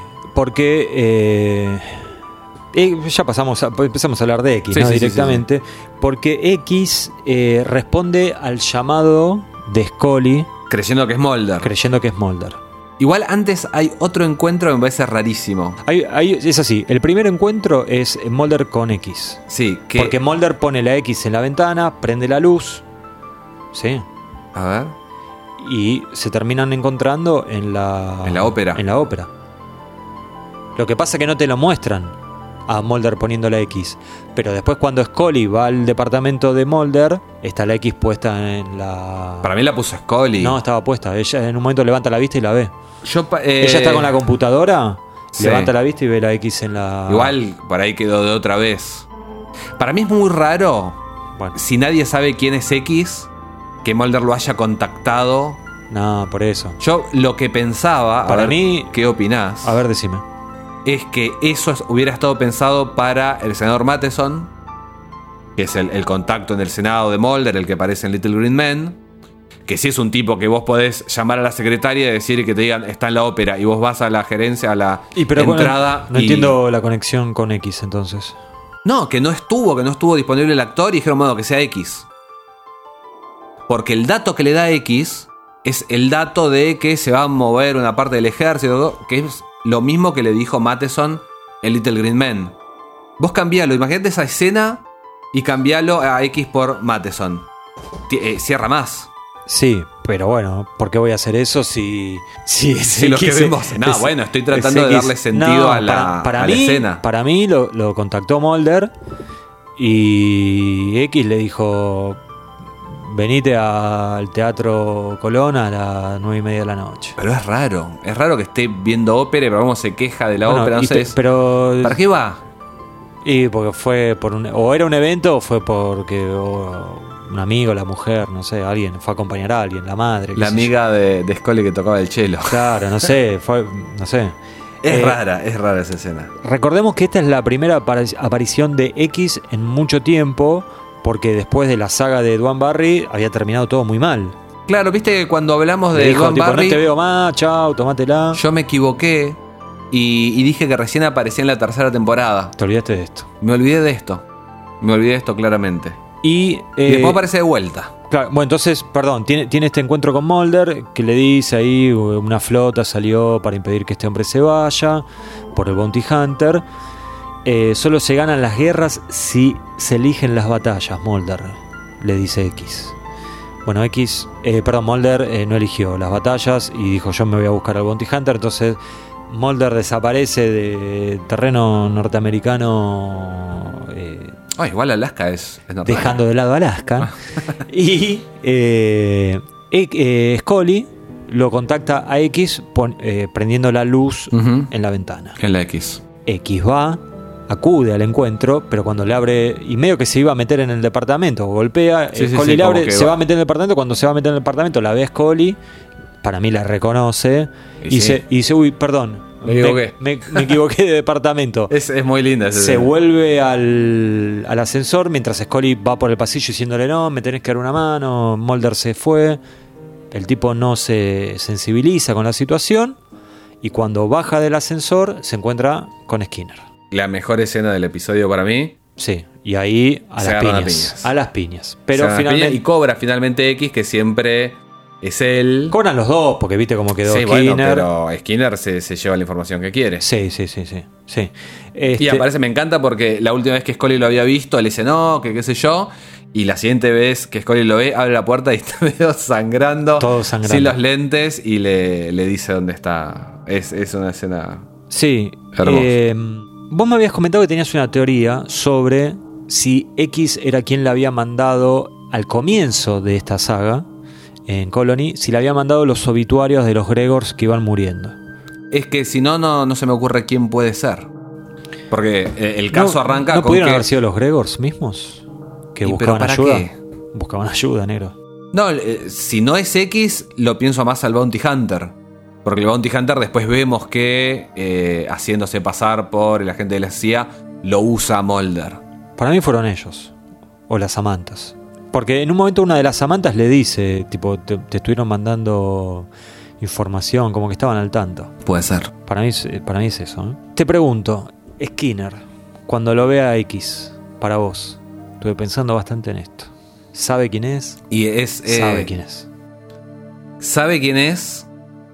S6: porque ya empezamos a hablar de X,
S7: Sí,
S6: ¿no?
S7: sí,
S6: Directamente, porque X responde al llamado de Scully,
S7: Creyendo que es Mulder.
S6: creyendo que es Mulder.
S7: Igual antes hay otro encuentro que me parece rarísimo.
S6: Es así, el primer encuentro es Mulder con X.
S7: Sí, que...
S6: Porque Mulder pone la X en la ventana, prende la luz, ¿sí?
S7: A ver.
S6: Y se terminan encontrando en la
S7: ópera.
S6: En la ópera. Lo que pasa es que no te lo muestran a Mulder poniendo la X. Pero después cuando Scully va al departamento de Mulder, está la X puesta en la...
S7: Para mí la puso Scully.
S6: No, estaba puesta. Ella en un momento levanta la vista y la ve.
S7: Ella
S6: Ella está con la computadora,
S7: sí,
S6: levanta la vista y ve la X en la...
S7: Igual, por ahí quedó de otra vez. Para mí es muy raro,
S6: Bueno,
S7: si nadie sabe quién es X, que Mulder lo haya contactado.
S6: no, por eso.
S7: Yo lo que pensaba,
S6: Para
S7: a ver,
S6: mí...
S7: ¿qué opinás?
S6: A ver, decime.
S7: Es que eso hubiera estado pensado para el senador Matheson, que es el contacto en el Senado de Mulder, el que aparece en Little Green Men, que sí es un tipo que vos podés llamar a la secretaria y decir que te digan está en la ópera, y vos vas a la gerencia, a la entrada.
S6: Bueno, no entiendo la conexión con X entonces.
S7: No, que no estuvo disponible el actor y dijeron, bueno, que sea X. Porque el dato que le da X es el dato de que se va a mover una parte del ejército, que es lo mismo que le dijo Matheson en Little Green Men. Vos cambialo, imagínate esa escena y cambialo a X por Matheson. Cierra más.
S6: Sí, pero bueno, ¿por qué voy a hacer eso si
S7: lo que vemos? No, bueno, estoy tratando de darle sentido a la escena.
S6: Para mí lo contactó Mulder y X le dijo: venite al Teatro Colón a las 9:30 de la noche.
S7: Pero es raro que esté viendo ópera, pero vamos, se queja de la ópera, no sé.
S6: Pero
S7: ¿para qué va?
S6: Y porque fue por o era un evento o fue porque un amigo, la mujer, no sé, alguien fue a acompañar a alguien, la madre.
S7: La amiga de Scully que tocaba el cello.
S6: Claro, no sé, no sé.
S7: Es rara esa escena.
S6: Recordemos que esta es la primera aparición de X en mucho tiempo, porque después de la saga de Duane Barry había terminado todo muy mal.
S7: Claro, viste que cuando hablamos de
S6: dijo,
S7: Duane
S6: tipo,
S7: Barry,
S6: no te veo más, chao, tomátela.
S7: yo me equivoqué y dije que recién aparecía en la tercera temporada.
S6: Te olvidaste de esto.
S7: Me olvidé de esto claramente.
S6: Y
S7: después aparece de vuelta.
S6: Claro, bueno, entonces, perdón, tiene este encuentro con Mulder, que le dice ahí, una flota salió para impedir que este hombre se vaya, por el Bounty Hunter. Solo se ganan las guerras si se eligen las batallas, Mulder, le dice X. Bueno, Mulder no eligió las batallas y dijo: yo me voy a buscar al Bounty Hunter. Entonces Mulder desaparece de terreno norteamericano,
S7: igual Alaska es normal.
S6: dejando de lado Alaska. Y Scully lo contacta a X prendiendo la luz en la ventana.
S7: En la X.
S6: X acude al encuentro, pero cuando le abre, y medio que se iba a meter en el departamento, golpea, Scully le abre, se va a meter en el departamento. Cuando se va a meter en el departamento, la ve a Scully, para mí la reconoce, y dice: uy, perdón,
S7: me equivoqué.
S6: Me equivoqué de departamento.
S7: Es muy linda esa
S6: Se
S7: escena.
S6: vuelve al ascensor mientras Scully va por el pasillo diciéndole: no, me tenés que dar una mano. Mulder se fue. El tipo no se sensibiliza con la situación, y cuando baja del ascensor se encuentra con Skinner.
S7: La mejor escena del episodio para mí.
S6: Sí, y ahí a las piñas. Pero finalmente.
S7: Y cobra finalmente X, que siempre es él.
S6: Cobran los dos, porque viste cómo quedó Skinner.
S7: Bueno, pero Skinner se lleva la información que quiere.
S6: Sí.
S7: Y aparece, me encanta porque la última vez que Scully lo había visto, él dice no, que qué sé yo. Y la siguiente vez que Scully lo ve, abre la puerta y está medio sangrando.
S6: Todo sangrando.
S7: Sin los lentes, y le dice dónde está. Es una escena.
S6: Sí.
S7: Hermosa.
S6: Vos me habías comentado que tenías una teoría sobre si X era quien le había mandado al comienzo de esta saga, en Colony, si le había mandado los obituarios de los Gregors que iban muriendo.
S7: Es que si no se me ocurre quién puede ser. Porque el caso arranca
S6: ¿no
S7: con
S6: pudieron
S7: que...
S6: haber sido los Gregors mismos? Que
S7: ¿Y
S6: buscaban
S7: pero para
S6: ayuda.
S7: qué?
S6: Buscaban ayuda, negro.
S7: No, si no es X, lo pienso más al Bounty Hunter. Porque el Bounty Hunter después vemos que, haciéndose pasar por el agente de la CIA, lo usa Mulder.
S6: Para mí fueron ellos. O las Samantas. Porque en un momento una de las Samantas le dice, tipo, te estuvieron mandando información, como que estaban al tanto.
S7: Puede ser.
S6: Para mí es eso, ¿eh? Te pregunto, Skinner, cuando lo vea a X, para vos, estuve pensando bastante en esto. ¿Sabe quién es?
S7: Sabe
S6: quién es.
S7: Sabe quién es.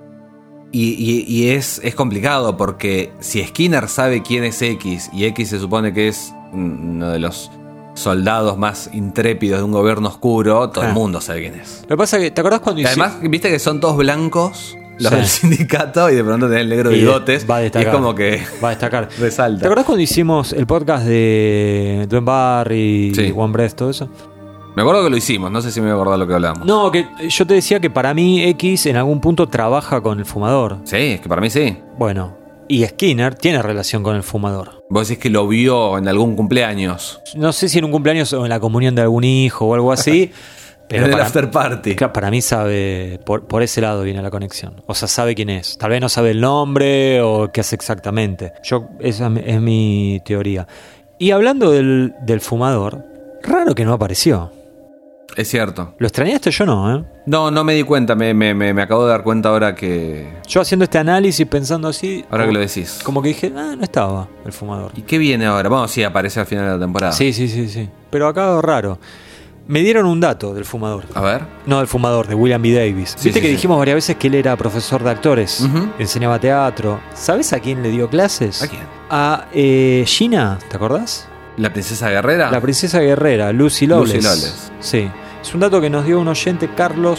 S7: Y es complicado porque si Skinner sabe quién es X y X se supone que es uno de los soldados más intrépidos de un gobierno oscuro, todo el mundo sabe quién es.
S6: Lo que pasa es que, ¿te acordás cuando
S7: Además, viste que son todos blancos los
S6: Sí.
S7: del sindicato y de pronto tenés el negro
S6: Y
S7: bigotes
S6: va a destacar.
S7: y es como que
S6: va a destacar?
S7: resalta.
S6: ¿Te acordás cuando hicimos el podcast de Dwayne Barry,
S7: Sí.
S6: One Breath, todo eso?
S7: Me acuerdo que lo hicimos, no sé si me voy a acordar lo que hablamos.
S6: No, que yo te decía que para mí X en algún punto trabaja con el fumador.
S7: Sí, es que para mí sí.
S6: Bueno, y Skinner tiene relación con el fumador.
S7: Vos decís que lo vio en algún cumpleaños.
S6: No sé si en un cumpleaños o en la comunión de algún hijo o algo así.
S7: En el after party.
S6: Para mí sabe, por ese lado viene la conexión. O sea, sabe quién es. Tal vez no sabe el nombre o qué hace exactamente. Esa es mi teoría. Y hablando del fumador, raro que no apareció.
S7: Es cierto.
S6: ¿Lo extrañaste? Yo no, ¿eh?
S7: No me di cuenta, me acabo de dar cuenta ahora que...
S6: Yo haciendo este análisis pensando así...
S7: Ahora que lo decís.
S6: Como que dije, no estaba el fumador.
S7: ¿Y qué viene ahora? Bueno, sí, aparece al final de la temporada.
S6: Sí. Pero acá raro. Me dieron un dato del fumador.
S7: A ver.
S6: No del fumador, de William B. Davis.
S7: Sí,
S6: Viste
S7: sí,
S6: que
S7: sí.
S6: dijimos varias veces que él era profesor de actores.
S7: Ujú.
S6: Enseñaba teatro. ¿Sabes a quién le dio clases?
S7: ¿A quién?
S6: A Gina, ¿te acordás?
S7: ¿La princesa guerrera?
S6: La princesa guerrera, Lucy Lawless.
S7: Lucy Lawless.
S6: Sí. Es un dato que nos dio un oyente, Carlos,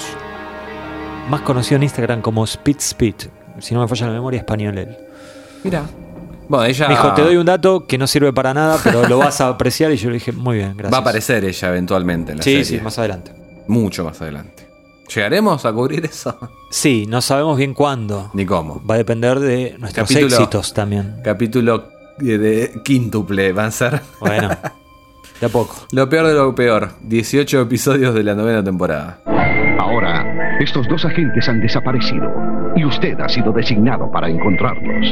S6: más conocido en Instagram como Spit. Si no me falla la memoria, español él.
S7: Mira. Bueno, ella...
S6: Me dijo, te doy un dato que no sirve para nada, pero lo vas a apreciar. Y yo le dije, muy bien, gracias.
S7: Va a aparecer ella eventualmente en la
S6: Sí,
S7: serie.
S6: sí, más adelante.
S7: Mucho más adelante. ¿Llegaremos a cubrir eso?
S6: Sí, no sabemos bien cuándo.
S7: Ni cómo.
S6: Va a depender de nuestros
S7: Capítulo-
S6: éxitos también.
S7: Capítulo de quíntuple van a ser.
S6: Bueno, de a poco.
S7: Lo peor de lo peor. 18 episodios de la 9ª temporada.
S8: Ahora, estos dos agentes han desaparecido y usted ha sido designado para encontrarlos.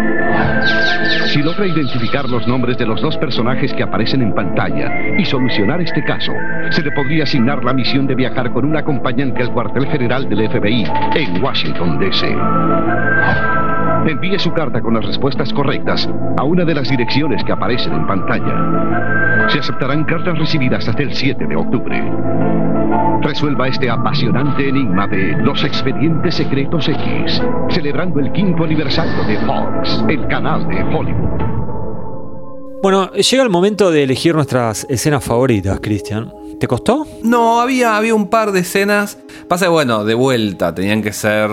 S8: Si logra identificar los nombres de los dos personajes que aparecen en pantalla y solucionar este caso, se le podría asignar la misión de viajar con un acompañante al cuartel general del FBI en Washington, D.C. Envíe su carta con las respuestas correctas a una de las direcciones que aparecen en pantalla. Se aceptarán cartas recibidas hasta el 7 de octubre. Resuelva este apasionante enigma de los expedientes secretos X, celebrando el 5º aniversario de Fox, el canal de Hollywood.
S6: Bueno, llega el momento de elegir nuestras escenas favoritas, Cristian. ¿Te costó?
S7: No, había un par de escenas. Pasa que, bueno, de vuelta, tenían que ser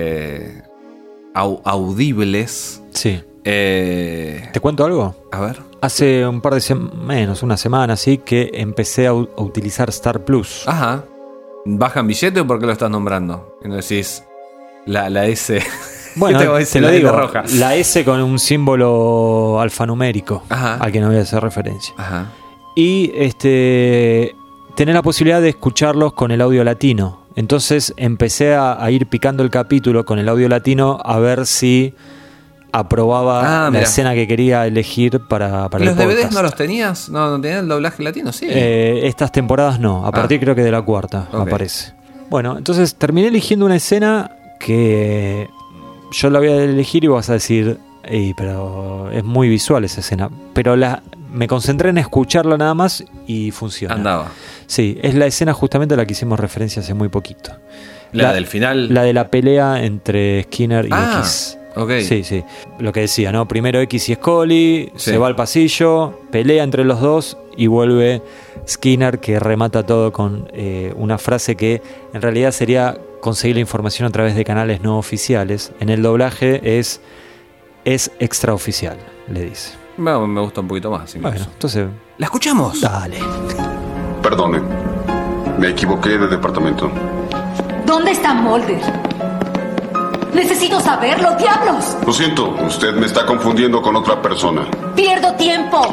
S7: audibles.
S6: Sí.
S7: ¿Te
S6: cuento algo?
S7: A ver.
S6: Hace un par de menos, una semana así, que empecé a utilizar Star Plus.
S7: Ajá. ¿Bajan billete o por qué lo estás nombrando? Y no decís la S.
S6: Bueno,
S7: Tengo ese,
S6: te lo
S7: la S
S6: digo,
S7: roja.
S6: la S con un símbolo alfanumérico,
S7: Ajá.
S6: al que no voy a hacer referencia.
S7: Ajá.
S6: Y tener la posibilidad de escucharlos con el audio latino. Entonces empecé a ir picando el capítulo con el audio latino a ver si aprobaba la
S7: mirá.
S6: escena que quería elegir para el
S7: ¿Los
S6: podcast.
S7: DVDs no los tenías? ¿No tenías el doblaje latino? Sí.
S6: Estas temporadas no, a partir creo que de la cuarta
S7: Ok.
S6: aparece. Bueno, entonces terminé eligiendo una escena que yo la voy a elegir y vas a decir, pero es muy visual esa escena. Pero me concentré en escucharla nada más y funciona.
S7: Andaba.
S6: Sí, es la escena justamente a la que hicimos referencia hace muy poquito.
S7: La del final.
S6: La de la pelea entre Skinner y
S7: Ah,
S6: X.
S7: ok.
S6: Sí. Lo que decía, ¿no? Primero X y Scully,
S7: Sí.
S6: se va al pasillo, pelea entre los dos y vuelve Skinner, que remata todo con una frase que en realidad sería conseguir la información a través de canales no oficiales. En el doblaje es extraoficial, le dice.
S7: Me gusta un poquito más. Incluso.
S6: Bueno, entonces...
S7: ¿La escuchamos?
S6: Dale.
S3: Perdone, me equivoqué de departamento.
S2: ¿Dónde está Mulder? Necesito saberlo, diablos.
S3: Lo siento, usted me está confundiendo con otra persona.
S2: Pierdo tiempo.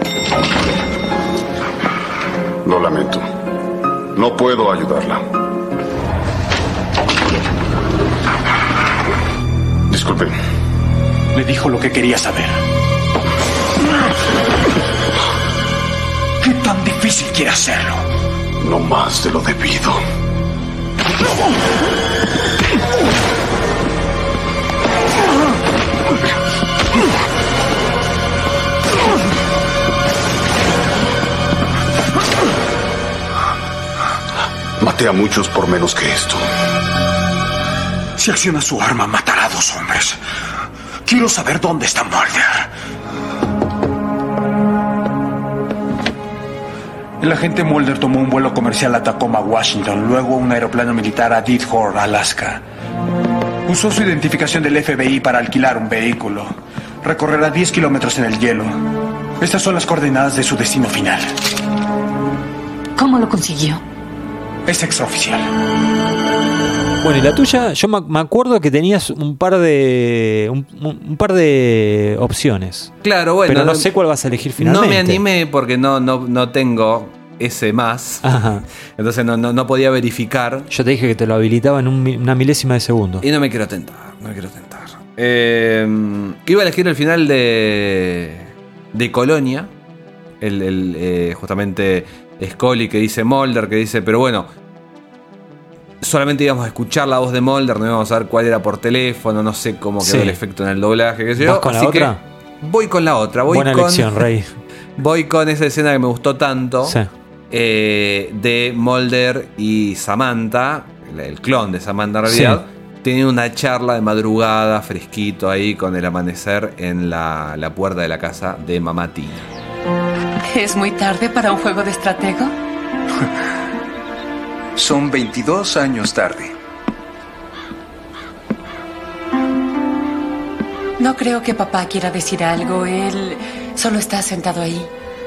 S3: Lo lamento. No puedo ayudarla. Disculpe.
S5: Le dijo lo que quería saber. ¿Qué tan difícil quiere hacerlo?
S3: No más de lo debido. Maté a muchos por menos que esto.
S5: Si acciona su arma, matará a 2 hombres. Quiero saber dónde está Mulder. El agente Mulder tomó un vuelo comercial a Tacoma, Washington, luego un aeroplano militar a Dead Horse, Alaska. Usó su identificación del FBI para alquilar un vehículo. Recorrerá 10 kilómetros en el hielo. Estas son las coordenadas de su destino final.
S2: ¿Cómo lo consiguió?
S5: Es extraoficial.
S6: Bueno, y la tuya, yo me acuerdo que tenías un par de opciones.
S7: Claro, bueno.
S6: Pero no sé cuál vas a elegir finalmente.
S7: No me animé porque no tengo ese más.
S6: Ajá.
S7: Entonces no podía verificar.
S6: Yo te dije que te lo habilitaba en una milésima de segundo.
S7: Y no me quiero tentar. Iba a elegir el final de Colonia. Justamente Scully que dice Mulder, que dice, pero bueno, solamente íbamos a escuchar la voz de Mulder, no íbamos a ver cuál era por teléfono, no sé cómo quedó el efecto en el doblaje, qué sé yo.
S6: ¿Vas con la otra?
S7: Voy con la otra.
S6: Buena elección, Rey.
S7: Voy con esa escena que me gustó tanto,
S6: sí.
S7: De Mulder y Samantha, el clon de Samantha en realidad, sí. Tienen una charla de madrugada, fresquito ahí, con el amanecer en la puerta de la casa de Mamá Tina.
S2: ¿Es muy tarde para un juego de estratego?
S1: Son 22 años tarde.
S2: No creo que papá quiera decir algo. Él solo está sentado ahí.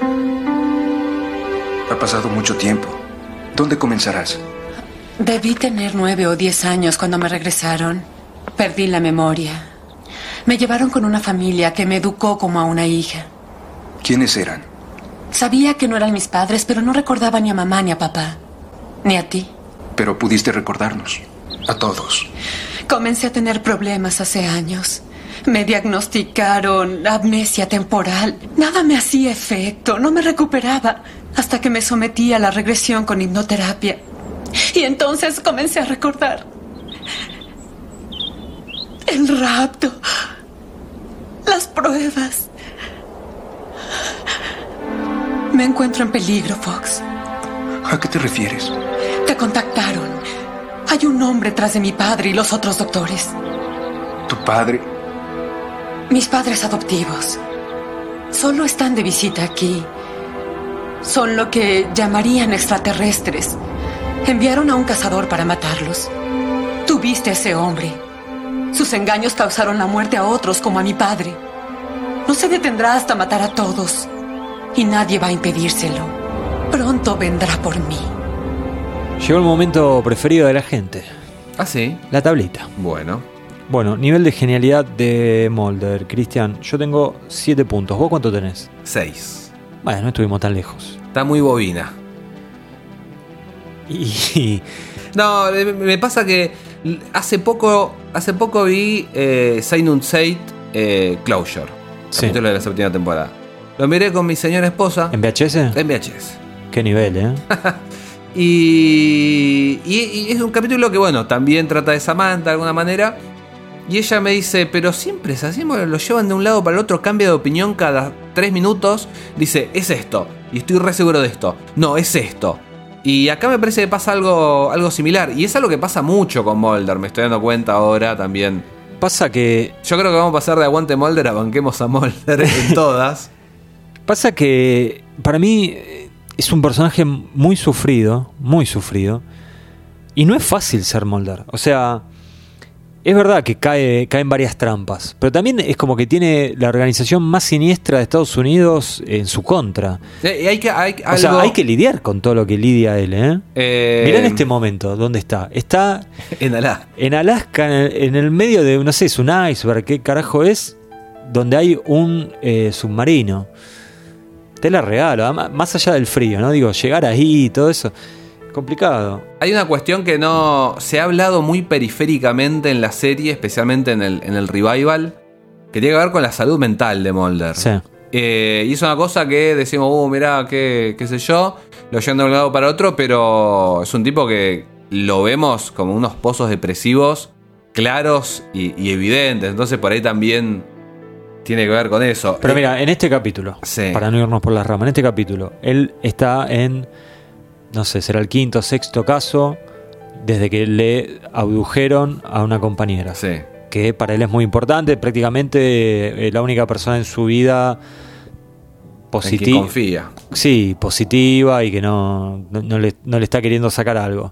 S1: Ha pasado mucho tiempo. ¿Dónde comenzarás?
S2: Debí tener 9 o 10 años cuando me regresaron. Perdí la memoria. Me llevaron con una familia que me educó como a una hija.
S1: ¿Quiénes eran?
S2: Sabía que no eran mis padres, pero no recordaba ni a mamá ni a papá. Ni a ti.
S1: Pero pudiste recordarnos. A todos.
S2: Comencé a tener problemas hace años. Me diagnosticaron amnesia temporal. Nada me hacía efecto, no me recuperaba. Hasta que me sometí a la regresión con hipnoterapia. Y entonces comencé a recordar. El rapto. Las pruebas. Me encuentro en peligro, Fox.
S1: ¿A qué te refieres?
S2: Te contactaron. Hay un hombre tras de mi padre y los otros doctores.
S1: ¿Tu padre?
S2: Mis padres adoptivos. Solo están de visita aquí. Son lo que llamarían extraterrestres. Enviaron a un cazador para matarlos. Tú viste a ese hombre. Sus engaños causaron la muerte a otros como a mi padre. No se detendrá hasta matar a todos. Y nadie va a impedírselo. Pronto vendrá por mí.
S6: Llegó el momento preferido de la gente.
S7: ¿Ah, sí?
S6: La tablita. Bueno, nivel de genialidad de Mulder. Cristian, yo tengo 7 puntos. ¿Vos cuánto tenés?
S7: 6.
S6: Bueno, no estuvimos tan lejos.
S7: Está muy bobina. No, me pasa que hace poco vi Sign und Sight Closure, capítulo de la 7ª temporada. Lo miré con mi señora esposa.
S6: ¿En VHS?
S7: En VHS.
S6: Qué nivel,
S7: y es un capítulo que, bueno, también trata de Samantha de alguna manera. Y ella me dice, pero siempre es así, lo llevan de un lado para el otro, cambia de opinión cada 3 minutos. Dice, es esto, y estoy re seguro de esto. No, es esto. Y acá me parece que pasa algo similar. Y es algo que pasa mucho con Mulder, me estoy dando cuenta ahora también.
S6: Pasa que...
S7: Yo creo que vamos a pasar de aguante Mulder a banquemos a Mulder en todas.
S6: Pasa que para mí es un personaje muy sufrido. Y no es fácil ser Mulder. O sea, es verdad que cae en varias trampas, pero también es como que tiene la organización más siniestra de Estados Unidos en su contra.
S7: Hay
S6: que lidiar con todo lo que lidia él, Mirá en este momento, ¿dónde está? Está
S7: en Alaska.
S6: En Alaska, en el medio de, no sé, es un iceberg, ¿qué carajo es? Donde hay un submarino. Te la regalo, más allá del frío, ¿no? Digo, llegar ahí y todo eso, complicado.
S7: Hay una cuestión que no se ha hablado muy periféricamente en la serie, especialmente en el revival, que tiene que ver con la salud mental de Mulder.
S6: Sí.
S7: Y es una cosa que decimos, mirá, qué sé yo, lo yendo de un lado para otro, pero es un tipo que lo vemos como unos pozos depresivos claros y evidentes. Entonces por ahí también tiene que ver con eso.
S6: Pero mira, en este capítulo,
S7: sí,
S6: para no irnos por las ramas, en este capítulo, él está en, no sé, será el 5º o 6º caso desde que le abdujeron a una compañera.
S7: Sí.
S6: Que para él es muy importante, prácticamente la única persona en su vida
S7: en que confía.
S6: Sí, positiva y que no le está queriendo sacar algo.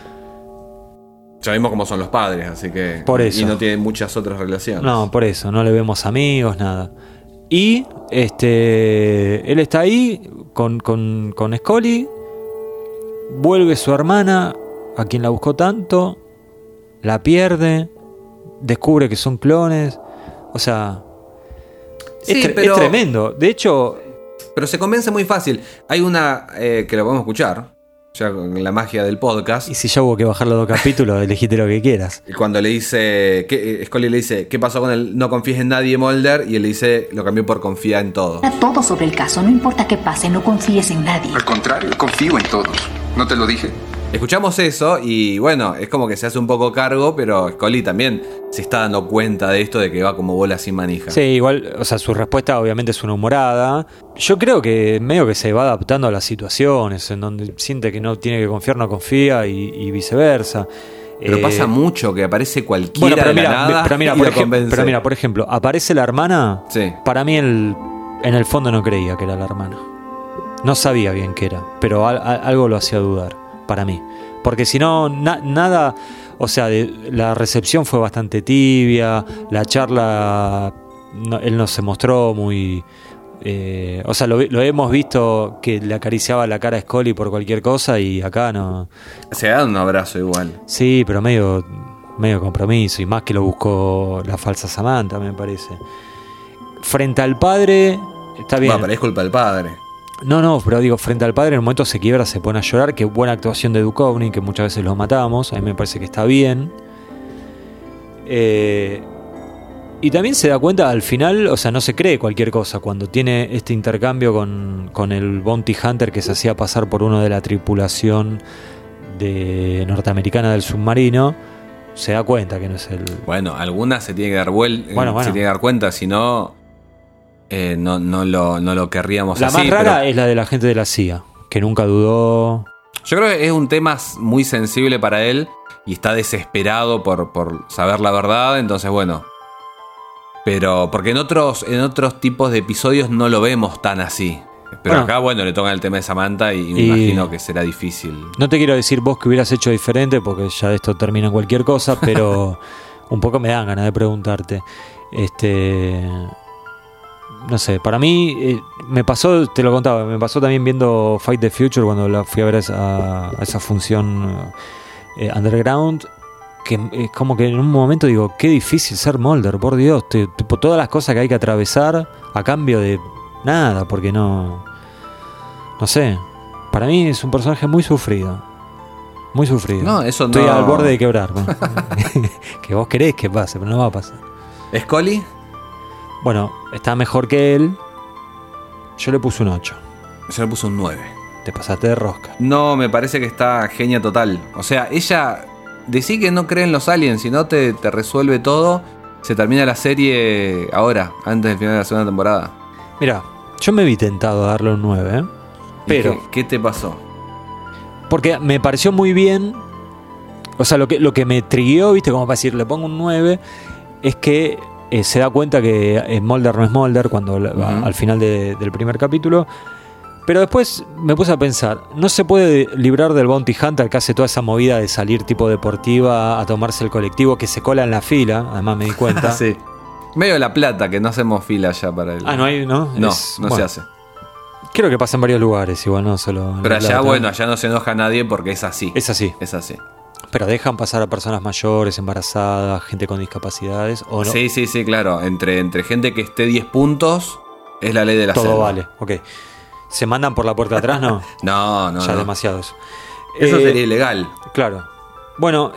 S7: Ya vimos cómo son los padres, así que...
S6: Por eso.
S7: Y no tienen muchas otras relaciones.
S6: No, por eso, no le vemos amigos, nada. Y él está ahí con Scully, vuelve su hermana, a quien la buscó tanto, la pierde, descubre que son clones, o sea...
S7: Sí,
S6: es tremendo, de hecho...
S7: Pero se convence muy fácil. Hay una que lo podemos escuchar, ya con la magia del podcast.
S6: Y si ya hubo que bajar los 2 capítulos, elegite lo que quieras.
S7: Y cuando le dice, Scully le dice, ¿qué pasó con el no confíes en nadie, Mulder? Y él le dice, lo cambió por confía en todo.
S10: Todo sobre el caso, no importa qué pase, no confíes en nadie.
S1: Al contrario, confío en todos. ¿No te lo dije?
S7: Escuchamos eso y bueno, es como que se hace un poco cargo, pero Scully también se está dando cuenta de esto, de que va como bola sin manija.
S6: Sí, igual, o sea, su respuesta obviamente es una humorada. Yo creo que medio que se va adaptando a las situaciones, en donde siente que no tiene que confiar, no confía y viceversa.
S7: Pero pasa mucho que aparece cualquiera de la nada
S6: pero mira, por ejemplo, aparece la hermana.
S7: Sí.
S6: Para mí en el fondo no creía que era la hermana. No sabía bien qué era, pero algo lo hacía dudar. Para mí, porque si no, nada, o sea, la recepción fue bastante tibia, la charla, él no se mostró muy, o sea, lo hemos visto que le acariciaba la cara a Scully por cualquier cosa y acá no.
S7: Se da un abrazo igual.
S6: Sí, pero medio compromiso, y más que lo buscó la falsa Samantha, me parece. Frente al padre, está bien.
S7: Pero es culpa del padre.
S6: No, pero digo, frente al padre en un momento se quiebra, se pone a llorar. Qué buena actuación de Duchovny, que muchas veces lo matamos. A mí me parece que está bien. Y también se da cuenta al final, o sea, no se cree cualquier cosa. Cuando tiene este intercambio con el Bounty Hunter que se hacía pasar por uno de la tripulación norteamericana del submarino, se da cuenta que no es el...
S7: Bueno, algunas se tiene que dar se tiene que dar cuenta, si no... No lo querríamos
S6: la
S7: así.
S6: La más rara es la de la gente de la CIA, que nunca dudó.
S7: Yo creo que es un tema muy sensible para él y está desesperado por saber la verdad. Entonces, bueno. Pero porque en otros tipos de episodios no lo vemos tan así. Pero acá, bueno, le toca el tema de Samantha y me imagino que será difícil.
S6: No te quiero decir vos que hubieras hecho diferente, porque ya esto termina en cualquier cosa, pero un poco me dan ganas de preguntarte. No sé, para mí me pasó, te lo contaba, me pasó también viendo Fight the Future cuando la fui a ver a esa función underground, que es como que en un momento digo, qué difícil ser Mulder, por Dios, tipo, todas las cosas que hay que atravesar a cambio de nada, porque no sé, para mí es un personaje muy sufrido. Muy sufrido.
S7: No, eso no.
S6: Estoy al borde de quebrarme. Que vos querés que pase, pero no va a pasar.
S7: ¿Scully?
S6: Bueno, está mejor que él. Yo le puse un 8.
S7: Yo le puse un 9.
S6: Te pasaste de rosca.
S7: No, me parece que está genia total. O sea, ella decí que no cree en los aliens, si no te resuelve todo. Se termina la serie ahora, antes del final de la segunda temporada.
S6: Mira, yo me vi tentado a darle un 9, pero
S7: ¿Qué te pasó?
S6: Porque me pareció muy bien. O sea, lo que me trigueó, viste, como para decir, le pongo un 9, es que se da cuenta que Mulder no es Mulder cuando al final del primer capítulo, Pero después me puse a pensar, no se puede librar del Bounty Hunter que hace toda esa movida de salir tipo deportiva a tomarse el colectivo, que se cola en la fila, además me di cuenta.
S7: Sí. Medio de La Plata, que no hacemos fila ya para el...
S6: No hay, ¿no?
S7: No,
S6: Es,
S7: no
S6: bueno,
S7: se hace.
S6: Creo que pasa en varios lugares, igual no solo en
S7: Pero
S6: La
S7: allá,
S6: Plata.
S7: bueno, allá no se enoja nadie porque es así.
S6: Es así.
S7: Es así.
S6: Pero dejan pasar a personas mayores, embarazadas, gente con discapacidades, o no.
S7: Sí, claro. Entre gente que esté 10 puntos, es la ley de la selva.
S6: Todo vale, ok. ¿Se mandan por la puerta de atrás, no?
S7: No.
S6: Ya es demasiado eso.
S7: Eso sería ilegal.
S6: Claro. Bueno,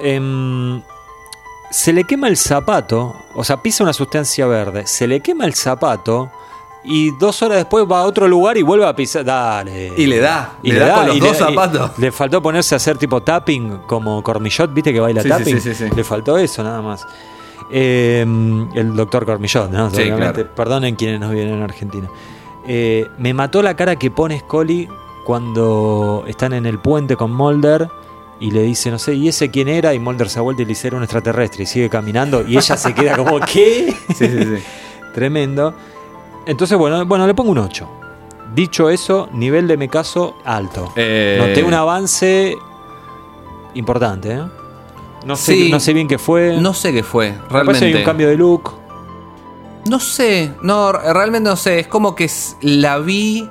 S6: se le quema el zapato, o sea, pisa una sustancia verde, se le quema el zapato y 2 horas después va a otro lugar y vuelve a pisar. Dale.
S7: Y le da con los dos zapatos.
S6: Le faltó ponerse a hacer tipo tapping, como Cormillot, ¿viste que baila tapping?
S7: Sí.
S6: Le faltó eso, nada más. El doctor Cormillot, ¿no?
S7: Sí,
S6: obviamente.
S7: claro.
S6: Perdonen quienes nos vienen en Argentina. Me mató la cara que pone Scully cuando están en el puente con Mulder y le dice, no sé, ¿y ese quién era? Y Mulder se ha vuelto y le dice, era un extraterrestre, y sigue caminando y ella se queda como, ¿qué?
S7: Sí.
S6: Tremendo. Entonces, bueno, le pongo un 8. Dicho eso, nivel de mecazo alto. Noté un avance importante, ¿eh? No sé bien qué fue.
S7: No sé qué fue,
S6: Me
S7: realmente.
S6: parece que hay un cambio de look.
S7: No sé, realmente no sé. Es como que la vi...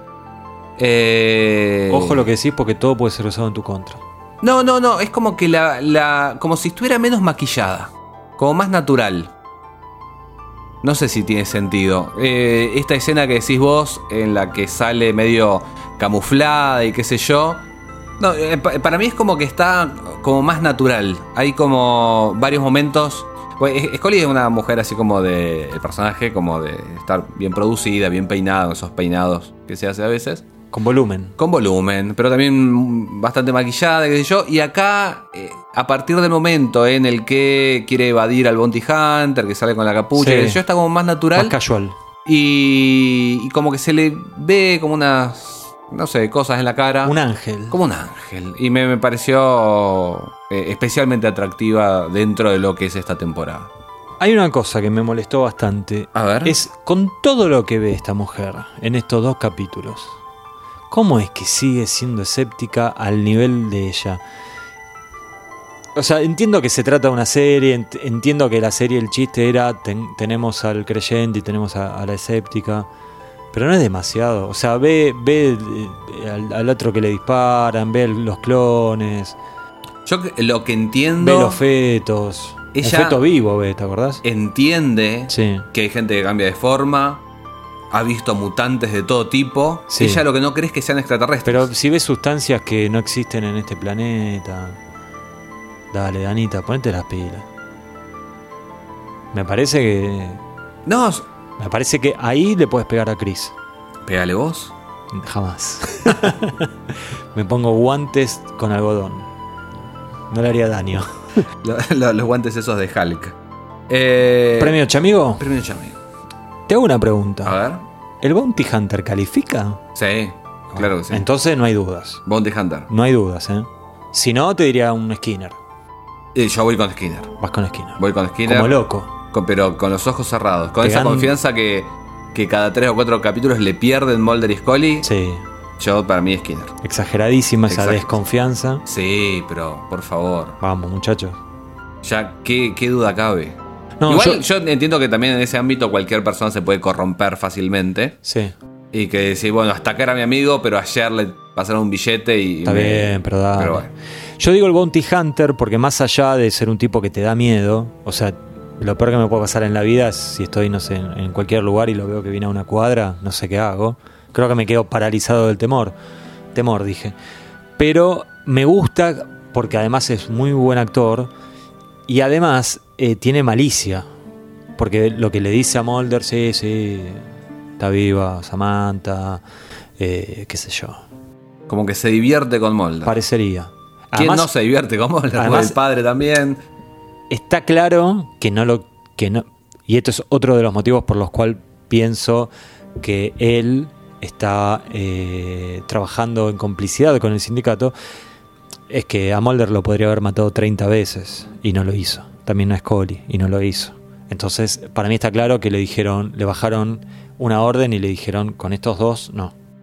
S6: Ojo lo que decís porque todo puede ser usado en tu contra.
S7: No, es como que como si estuviera menos maquillada. Como más natural. No sé si tiene sentido. Esta escena que decís vos, en la que sale medio camuflada y qué sé yo. No, para mí es como que está como más natural. Hay como varios momentos. Scully es una mujer así como de... El personaje como de estar bien producida, bien peinada, esos peinados que se hace a veces.
S6: Con volumen.
S7: Con volumen, pero también bastante maquillada, qué sé yo. Y acá, a partir del momento en el que quiere evadir al Bounty Hunter, que sale con la capucha, qué sé yo, está como más natural.
S6: Más casual.
S7: Y como que se le ve como unas, no sé, cosas en la cara.
S6: Un ángel.
S7: Como un ángel. Y me pareció especialmente atractiva dentro de lo que es esta temporada.
S6: Hay una cosa que me molestó bastante.
S7: A ver.
S6: Es con todo lo que ve esta mujer en estos 2 capítulos. ¿Cómo es que sigue siendo escéptica al nivel de ella? O sea, entiendo que se trata de una serie, entiendo que la serie, el chiste era tenemos al creyente y tenemos a la escéptica, pero no es demasiado. O sea, ve al otro que le disparan, ve los clones.
S7: Yo lo que entiendo...
S6: Ve los fetos.
S7: Ella
S6: un feto vivo, ve, ¿te acordás?
S7: Entiende
S6: Sí.
S7: que hay gente que cambia de forma, ha visto mutantes de todo tipo.
S6: Sí.
S7: Ella lo que no cree es que sean extraterrestres.
S6: Pero si ves sustancias que no existen en este planeta... Dale, Danita, ponete las pilas. Me parece que...
S7: No,
S6: Me parece que ahí le puedes pegar a Chris.
S7: pégale vos.
S6: Jamás. Me pongo guantes con algodón. No le haría daño.
S7: Los guantes esos de Hulk.
S6: ¿Premio Chamigo?
S7: Premio Chamigo.
S6: Te hago una pregunta.
S7: A ver.
S6: ¿El Bounty Hunter califica?
S7: Sí, claro que sí.
S6: Entonces no hay dudas.
S7: Bounty Hunter.
S6: No hay dudas, ¿eh? Si no, te diría un Skinner.
S7: Yo voy con Skinner.
S6: Vas con Skinner.
S7: Voy con Skinner.
S6: Como loco.
S7: Pero con los ojos cerrados. Con esa
S6: Pegan-
S7: confianza que cada 3 o 4 capítulos le pierden Mulder y Scully.
S6: Sí.
S7: Yo, para mí, Skinner.
S6: Exageradísima esa
S7: Exacto.
S6: desconfianza.
S7: Sí, pero por favor.
S6: Vamos, muchachos.
S7: Ya, ¿qué duda cabe?
S6: No,
S7: Igual yo entiendo que también en ese ámbito cualquier persona se puede corromper fácilmente.
S6: Sí.
S7: Y que decir, bueno, hasta acá era mi amigo, pero ayer le pasaron un billete y...
S6: Está bien, pero dale.
S7: Pero bueno.
S6: Yo digo el Bounty Hunter porque más allá de ser un tipo que te da miedo, o sea, lo peor que me puede pasar en la vida es si estoy, no sé, en cualquier lugar y lo veo que viene a una cuadra, no sé qué hago. Creo que me quedo paralizado del temor. Temor, dije. Pero me gusta porque además es muy buen actor y además tiene malicia. Porque lo que le dice a Mulder, sí, está viva Samantha, qué sé yo.
S7: Como que se divierte con Mulder.
S6: Parecería.
S7: ¿Quién
S6: Además,
S7: no se divierte con Mulder?
S6: además-
S7: El padre también.
S6: está claro que no. Y esto es otro de los motivos por los cuales pienso que él está trabajando en complicidad con el sindicato. Es que a Mulder lo podría haber matado 30 veces y no lo hizo. También a Scully y no lo hizo. Entonces, para mí está claro que le bajaron una orden y le dijeron, con estos dos, no.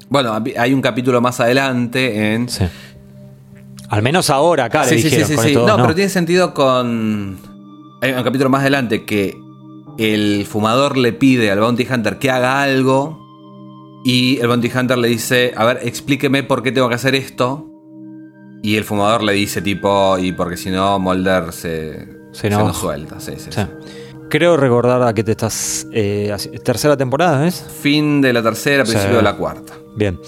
S7: Bueno, hay un capítulo más adelante en...
S6: Sí. Al menos ahora acá le dijeron con esto.
S7: No, pero tiene sentido con... Hay un capítulo más adelante que el fumador le pide al Bounty Hunter que haga algo y el Bounty Hunter le dice, a ver, explíqueme por qué tengo que hacer esto. Y el fumador le dice tipo, y porque si no Mulder se nos suelta. Sí.
S6: Creo recordar a que te estás... tercera temporada, ¿ves?
S7: Fin de la tercera, principio de la cuarta.
S6: Bien.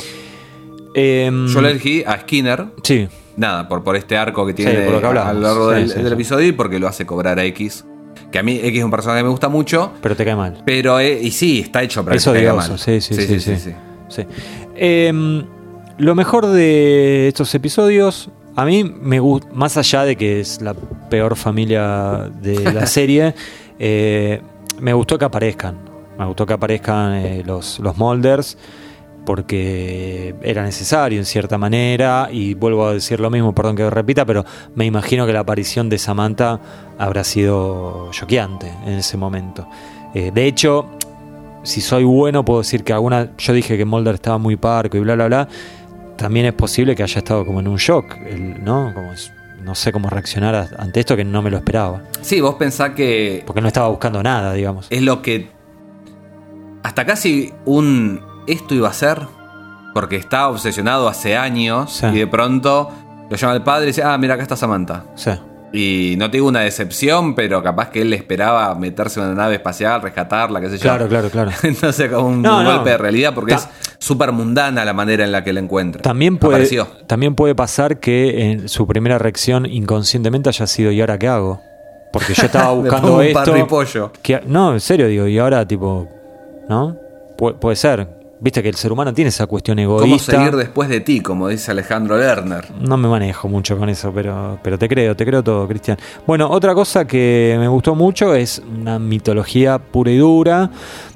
S7: Yo le elegí a Skinner.
S6: Sí.
S7: Nada, por este arco que tiene
S6: por lo que
S7: a lo largo del episodio y porque lo hace cobrar a X. Que a mí X es un personaje que me gusta mucho.
S6: Pero te cae mal.
S7: Pero, y sí, está hecho para
S6: eso
S7: que te caiga mal.
S6: Sí. Lo mejor de estos episodios, a mí me gusta, más allá de que es la peor familia de la serie, me gustó que aparezcan. Me gustó que aparezcan los Mulders, porque era necesario en cierta manera, y vuelvo a decir lo mismo, perdón que lo repita, pero me imagino que la aparición de Samantha habrá sido choqueante en ese momento. De hecho, si soy bueno puedo decir que yo dije que Mulder estaba muy parco y bla bla bla, también es posible que haya estado como en un shock, ¿no? Como no sé cómo reaccionar ante esto, que no me lo esperaba.
S7: Sí, vos pensás que...
S6: Porque no estaba buscando nada, digamos.
S7: Es lo que... Hasta casi esto iba a ser, porque estaba obsesionado hace años, y de pronto lo llama el padre y dice, mira, acá está Samantha.
S6: Sí.
S7: Y no te digo una decepción, pero capaz que él le esperaba meterse en una nave espacial, rescatarla, qué sé yo.
S6: Claro.
S7: Entonces como un golpe de realidad, porque es súper mundana la manera en la que la encuentra.
S6: También puede pasar que en su primera reacción inconscientemente haya sido, ¿y ahora qué hago? Porque yo estaba buscando esto.
S7: Parripollo.
S6: No, en serio digo, y ahora tipo, ¿no? Puede ser. Viste que el ser humano tiene esa cuestión egoísta.
S7: ¿Cómo seguir después de ti? Como dice Alejandro Lerner.
S6: No me manejo mucho con eso, pero te creo todo, Cristian. Bueno, otra cosa que me gustó mucho es una mitología pura y dura.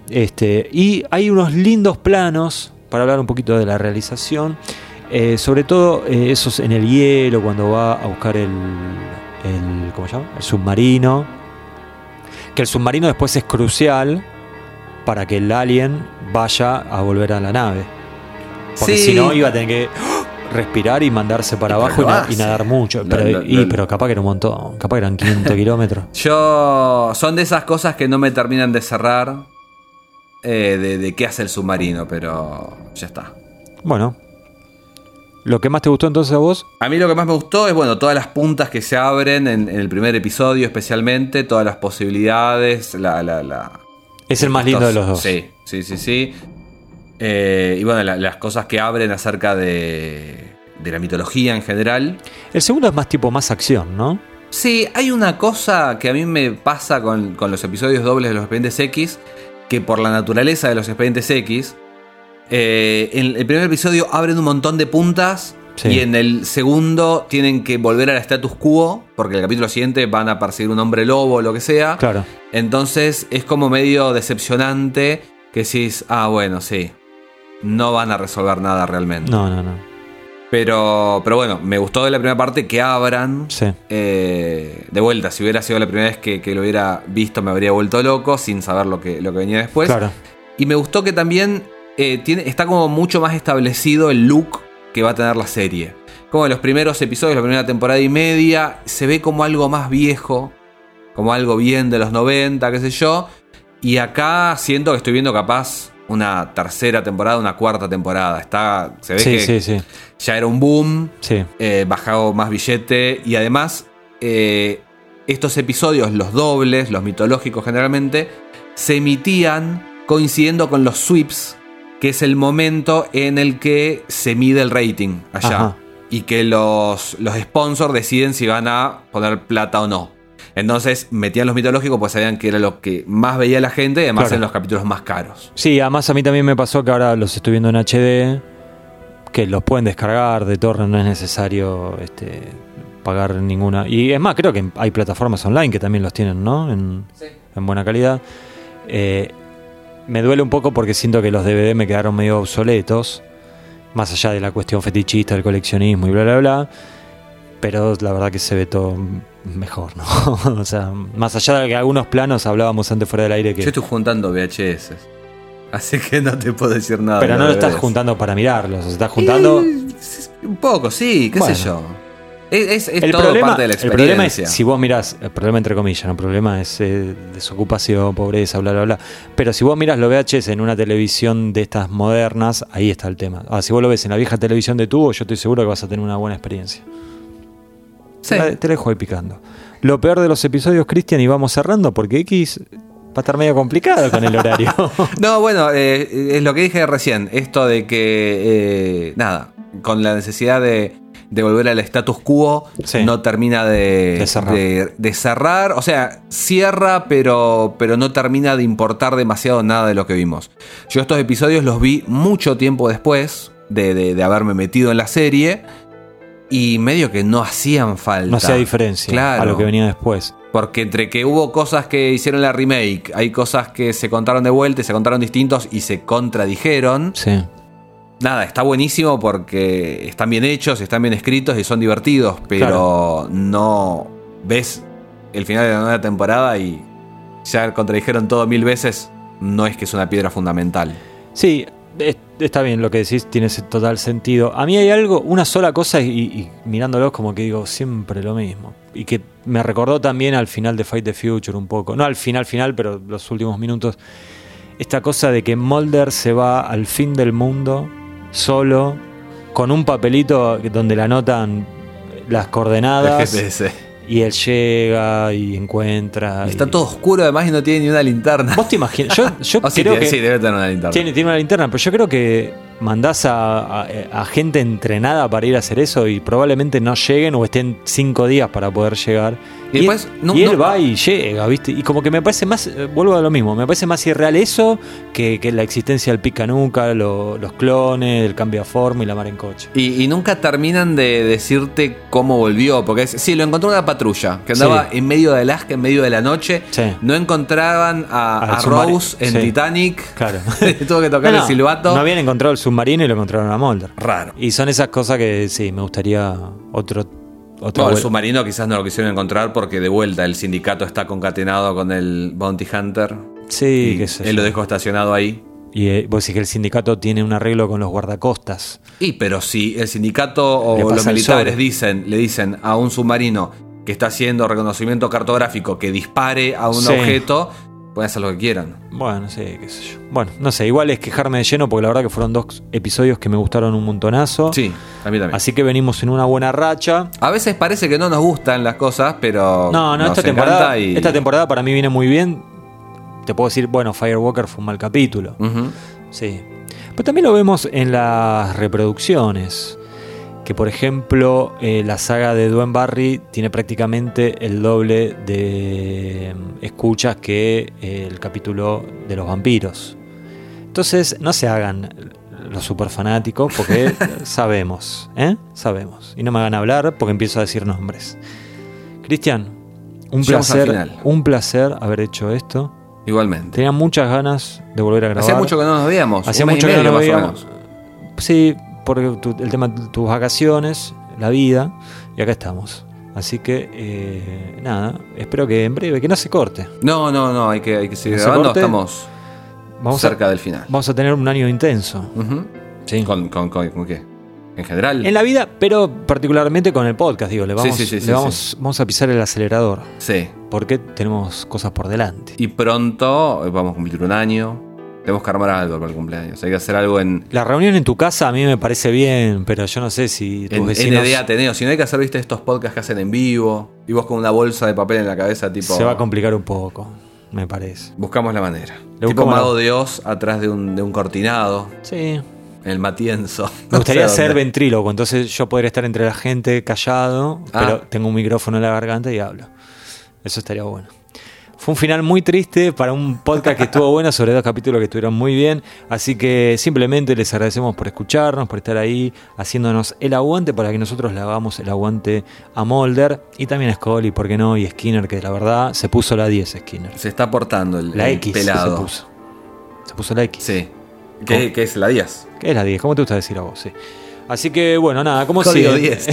S6: Y hay unos lindos planos, para hablar un poquito de la realización. Sobre todo esos en el hielo, cuando va a buscar el ¿cómo se llama? El submarino. Que el submarino después es crucial para que el alien vaya a volver a la nave. Porque si no iba a tener que respirar y mandarse para abajo y nadar mucho. Pero capaz que era un montón. Capaz que eran 500 kilómetros.
S7: Son de esas cosas que no me terminan de cerrar de qué hace el submarino, pero ya está.
S6: Bueno. ¿Lo que más te gustó entonces a vos?
S7: A mí lo que más me gustó es, todas las puntas que se abren en el primer episodio especialmente, todas las posibilidades,
S6: Es el más lindo de los dos.
S7: Sí. Y las cosas que abren acerca de la mitología en general.
S6: El segundo es más acción, ¿no?
S7: Sí, hay una cosa que a mí me pasa con los episodios dobles de los Expedientes X, que por la naturaleza de los Expedientes X, en el primer episodio abren un montón de puntas. Sí. Y en el segundo tienen que volver al status quo, porque en el capítulo siguiente van a perseguir un hombre lobo o lo que sea.
S6: Claro.
S7: Entonces es como medio decepcionante que decís, bueno, sí, no van a resolver nada realmente.
S6: No.
S7: Pero bueno, me gustó de la primera parte que abran.
S6: Sí.
S7: De vuelta, si hubiera sido la primera vez que lo hubiera visto, me habría vuelto loco sin saber lo que venía después.
S6: Claro.
S7: Y me gustó que también está como mucho más establecido el look que va a tener la serie. Como en los primeros episodios, la primera temporada y media, se ve como algo más viejo, como algo bien de los 90, qué sé yo. Y acá siento que estoy viendo capaz una tercera temporada, una cuarta temporada. Se ve que ya era un boom, bajado más billete. Y además, estos episodios, los dobles, los mitológicos generalmente, se emitían coincidiendo con los sweeps, que es el momento en el que se mide el rating allá. Ajá. Y que los sponsors deciden si van a poner plata o no. Entonces metían los mitológicos, pues sabían que era lo que más veía la gente, y además en los capítulos más caros.
S6: Sí, además a mí también me pasó que ahora los estoy viendo en HD, que los pueden descargar de torrent, no es necesario pagar ninguna. Y es más, creo que hay plataformas online que también los tienen, ¿no? En buena calidad. Me duele un poco porque siento que los DVD me quedaron medio obsoletos, más allá de la cuestión fetichista, del coleccionismo y bla bla bla, pero la verdad que se ve todo mejor, ¿no? O sea, más allá de que algunos planos hablábamos antes fuera del aire que...
S7: Yo estoy juntando VHS. Así que no te puedo decir nada.
S6: Pero no lo estás juntando para mirarlos, estás juntando...
S7: Un poco, sí, qué sé yo. Es
S6: el
S7: todo
S6: problema,
S7: parte de la experiencia.
S6: El problema es, si vos mirás, el problema entre comillas, ¿no? El problema es desocupación, pobreza, bla, bla, bla. Pero si vos mirás los VHS en una televisión de estas modernas, ahí está el tema. Ahora, si vos lo ves en la vieja televisión de tubo, yo estoy seguro que vas a tener una buena experiencia. Sí. Te la dejo ahí picando. Lo peor de los episodios, Cristian, y vamos cerrando, porque X va a estar medio complicado con el horario.
S7: No, bueno, es lo que dije recién. Esto de que, nada, con la necesidad de volver al status quo, sí, no termina de cerrar. O sea, cierra, pero no termina de importar demasiado nada de lo que vimos. Yo estos episodios los vi mucho tiempo después de haberme metido en la serie, y medio que no hacían falta.
S6: No hacía diferencia, claro, a lo que venía después.
S7: Porque entre que hubo cosas que hicieron la remake, hay cosas que se contaron de vuelta y se contaron distintos y se contradijeron.
S6: Sí.
S7: Nada, está buenísimo porque están bien hechos, están bien escritos y son divertidos, pero claro, no ves el final de la nueva temporada y ya contradijeron todo 1000 veces. No es que es una piedra fundamental.
S6: Sí, está bien lo que decís, tiene ese total sentido. A mí hay algo, una sola cosa, y mirándolos como que digo siempre lo mismo, y que me recordó también al final de Fight the Future un poco, no al final, pero los últimos minutos, esta cosa de que Mulder se va al fin del mundo solo, con un papelito donde le anotan las coordenadas,
S7: el GPS.
S6: Y él llega y encuentra.
S7: Está todo oscuro además y no tiene ni una linterna.
S6: ¿Vos te imaginas? Yo creo que
S7: sí, debe tener una linterna.
S6: Tiene una linterna, pero yo creo que mandás a gente entrenada para ir a hacer eso y probablemente no lleguen o estén 5 días para poder llegar. Y después, él va y llega, ¿viste? Y como que me parece más, vuelvo a lo mismo, me parece más irreal eso que la existencia del picanuca, los clones, el cambio de forma y la mar en coche.
S7: Y nunca terminan de decirte cómo volvió, porque sí, lo encontró una patrulla que andaba en medio de Alaska, en medio de la noche. Sí. No encontraban a Rose en Titanic.
S6: Claro.
S7: Tuvo que tocar el silbato.
S6: No habían encontrado el submarino y lo encontraron a Mulder.
S7: Raro.
S6: Y son esas cosas que sí, me gustaría
S7: el submarino quizás no lo quisieron encontrar porque de vuelta el sindicato está concatenado con el Bounty Hunter.
S6: Sí, qué sé yo.
S7: Él lo dejó estacionado ahí.
S6: Y vos decís que el sindicato tiene un arreglo con los guardacostas.
S7: Pero si el sindicato o los militares le dicen a un submarino que está haciendo reconocimiento cartográfico que dispare a un objeto, pueden hacer lo que quieran.
S6: Bueno, sí, qué sé yo. Bueno, no sé, igual es quejarme de lleno porque la verdad que fueron 2 episodios que me gustaron un montonazo.
S7: Sí, a mí también.
S6: Así que venimos en una buena racha.
S7: A veces parece que no nos gustan las cosas, pero
S6: no, esta temporada para mí viene muy bien. Te puedo decir, bueno, Firewalker fue un mal capítulo.
S7: Uh-huh.
S6: Sí. Pero también lo vemos en las reproducciones. Que por ejemplo, la saga de Dwayne Barry tiene prácticamente el doble de escuchas que el capítulo de los vampiros. Entonces, no se hagan los super fanáticos porque sabemos. Y no me hagan hablar porque empiezo a decir nombres. Cristian, un placer haber hecho esto.
S7: Igualmente.
S6: Tenía muchas ganas de volver a grabar.
S7: Hacía mucho que no nos veíamos.
S6: Hacía mucho que no nos veíamos. Sí, porque el tema de tus vacaciones, la vida, y acá estamos. Así que, nada, espero que en breve, que no se corte.
S7: No, hay que seguir grabando, estamos cerca del final.
S6: Vamos a tener un año intenso.
S7: Uh-huh.
S6: Sí.
S7: ¿Con qué? ¿En general?
S6: En la vida, pero particularmente con el podcast, digo, vamos a pisar el acelerador.
S7: Sí.
S6: Porque tenemos cosas por delante.
S7: Y pronto vamos a cumplir un año. Tenemos que armar algo para el cumpleaños. Hay que hacer algo en...
S6: La reunión en tu casa a mí me parece bien, pero yo no sé si tus vecinos...
S7: ND Ateneo. Si no hay que hacer, viste, estos podcasts que hacen en vivo y vos con una bolsa de papel en la cabeza, tipo...
S6: Se va a complicar un poco, me parece.
S7: Buscamos la manera. Tipo Mago de Oz atrás de un cortinado.
S6: Sí.
S7: El Matienzo.
S6: Me gustaría ser ventríloco, entonces yo podría estar entre la gente callado, pero tengo un micrófono en la garganta y hablo. Eso estaría bueno. Fue un final muy triste para un podcast que estuvo bueno, sobre 2 capítulos que estuvieron muy bien. Así que simplemente les agradecemos por escucharnos, por estar ahí haciéndonos el aguante para que nosotros le hagamos el aguante a Mulder y también a Scully, ¿por qué no? Y Skinner, que la verdad se puso la 10 Skinner.
S7: Se está portando el
S6: X
S7: pelado.
S6: Se puso la X.
S7: Sí. ¿Qué es la 10?
S6: ¿Qué es la 10? ¿Cómo te gusta decir a vos? Sí. Así que, bueno, nada, como
S7: Código 10.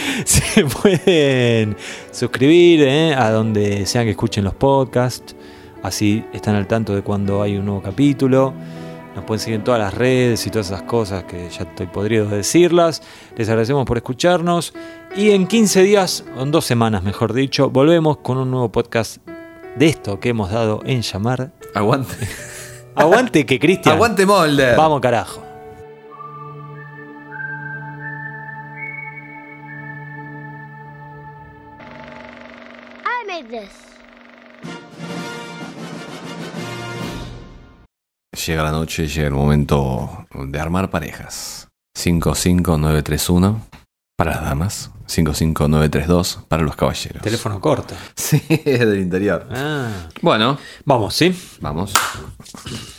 S6: Se pueden suscribir a donde sean que escuchen los podcasts, Así están al tanto de cuando hay un nuevo capítulo. Nos pueden seguir en todas las redes y todas esas cosas que ya estoy podrido de decirlas. Les agradecemos por escucharnos. Y en 15 días, o en 2 semanas mejor dicho, volvemos con un nuevo podcast de esto que hemos dado en llamar...
S7: Aguante.
S6: Aguante que Cristian.
S7: Aguante Mulder.
S6: Vamos carajo.
S11: I made this.
S7: Llega la noche, llega el momento de armar parejas. 55931 para las damas, 55932 para los caballeros.
S6: Teléfono corto.
S7: Sí, es del interior.
S6: Ah.
S7: Bueno,
S6: vamos, ¿sí?
S7: Vamos.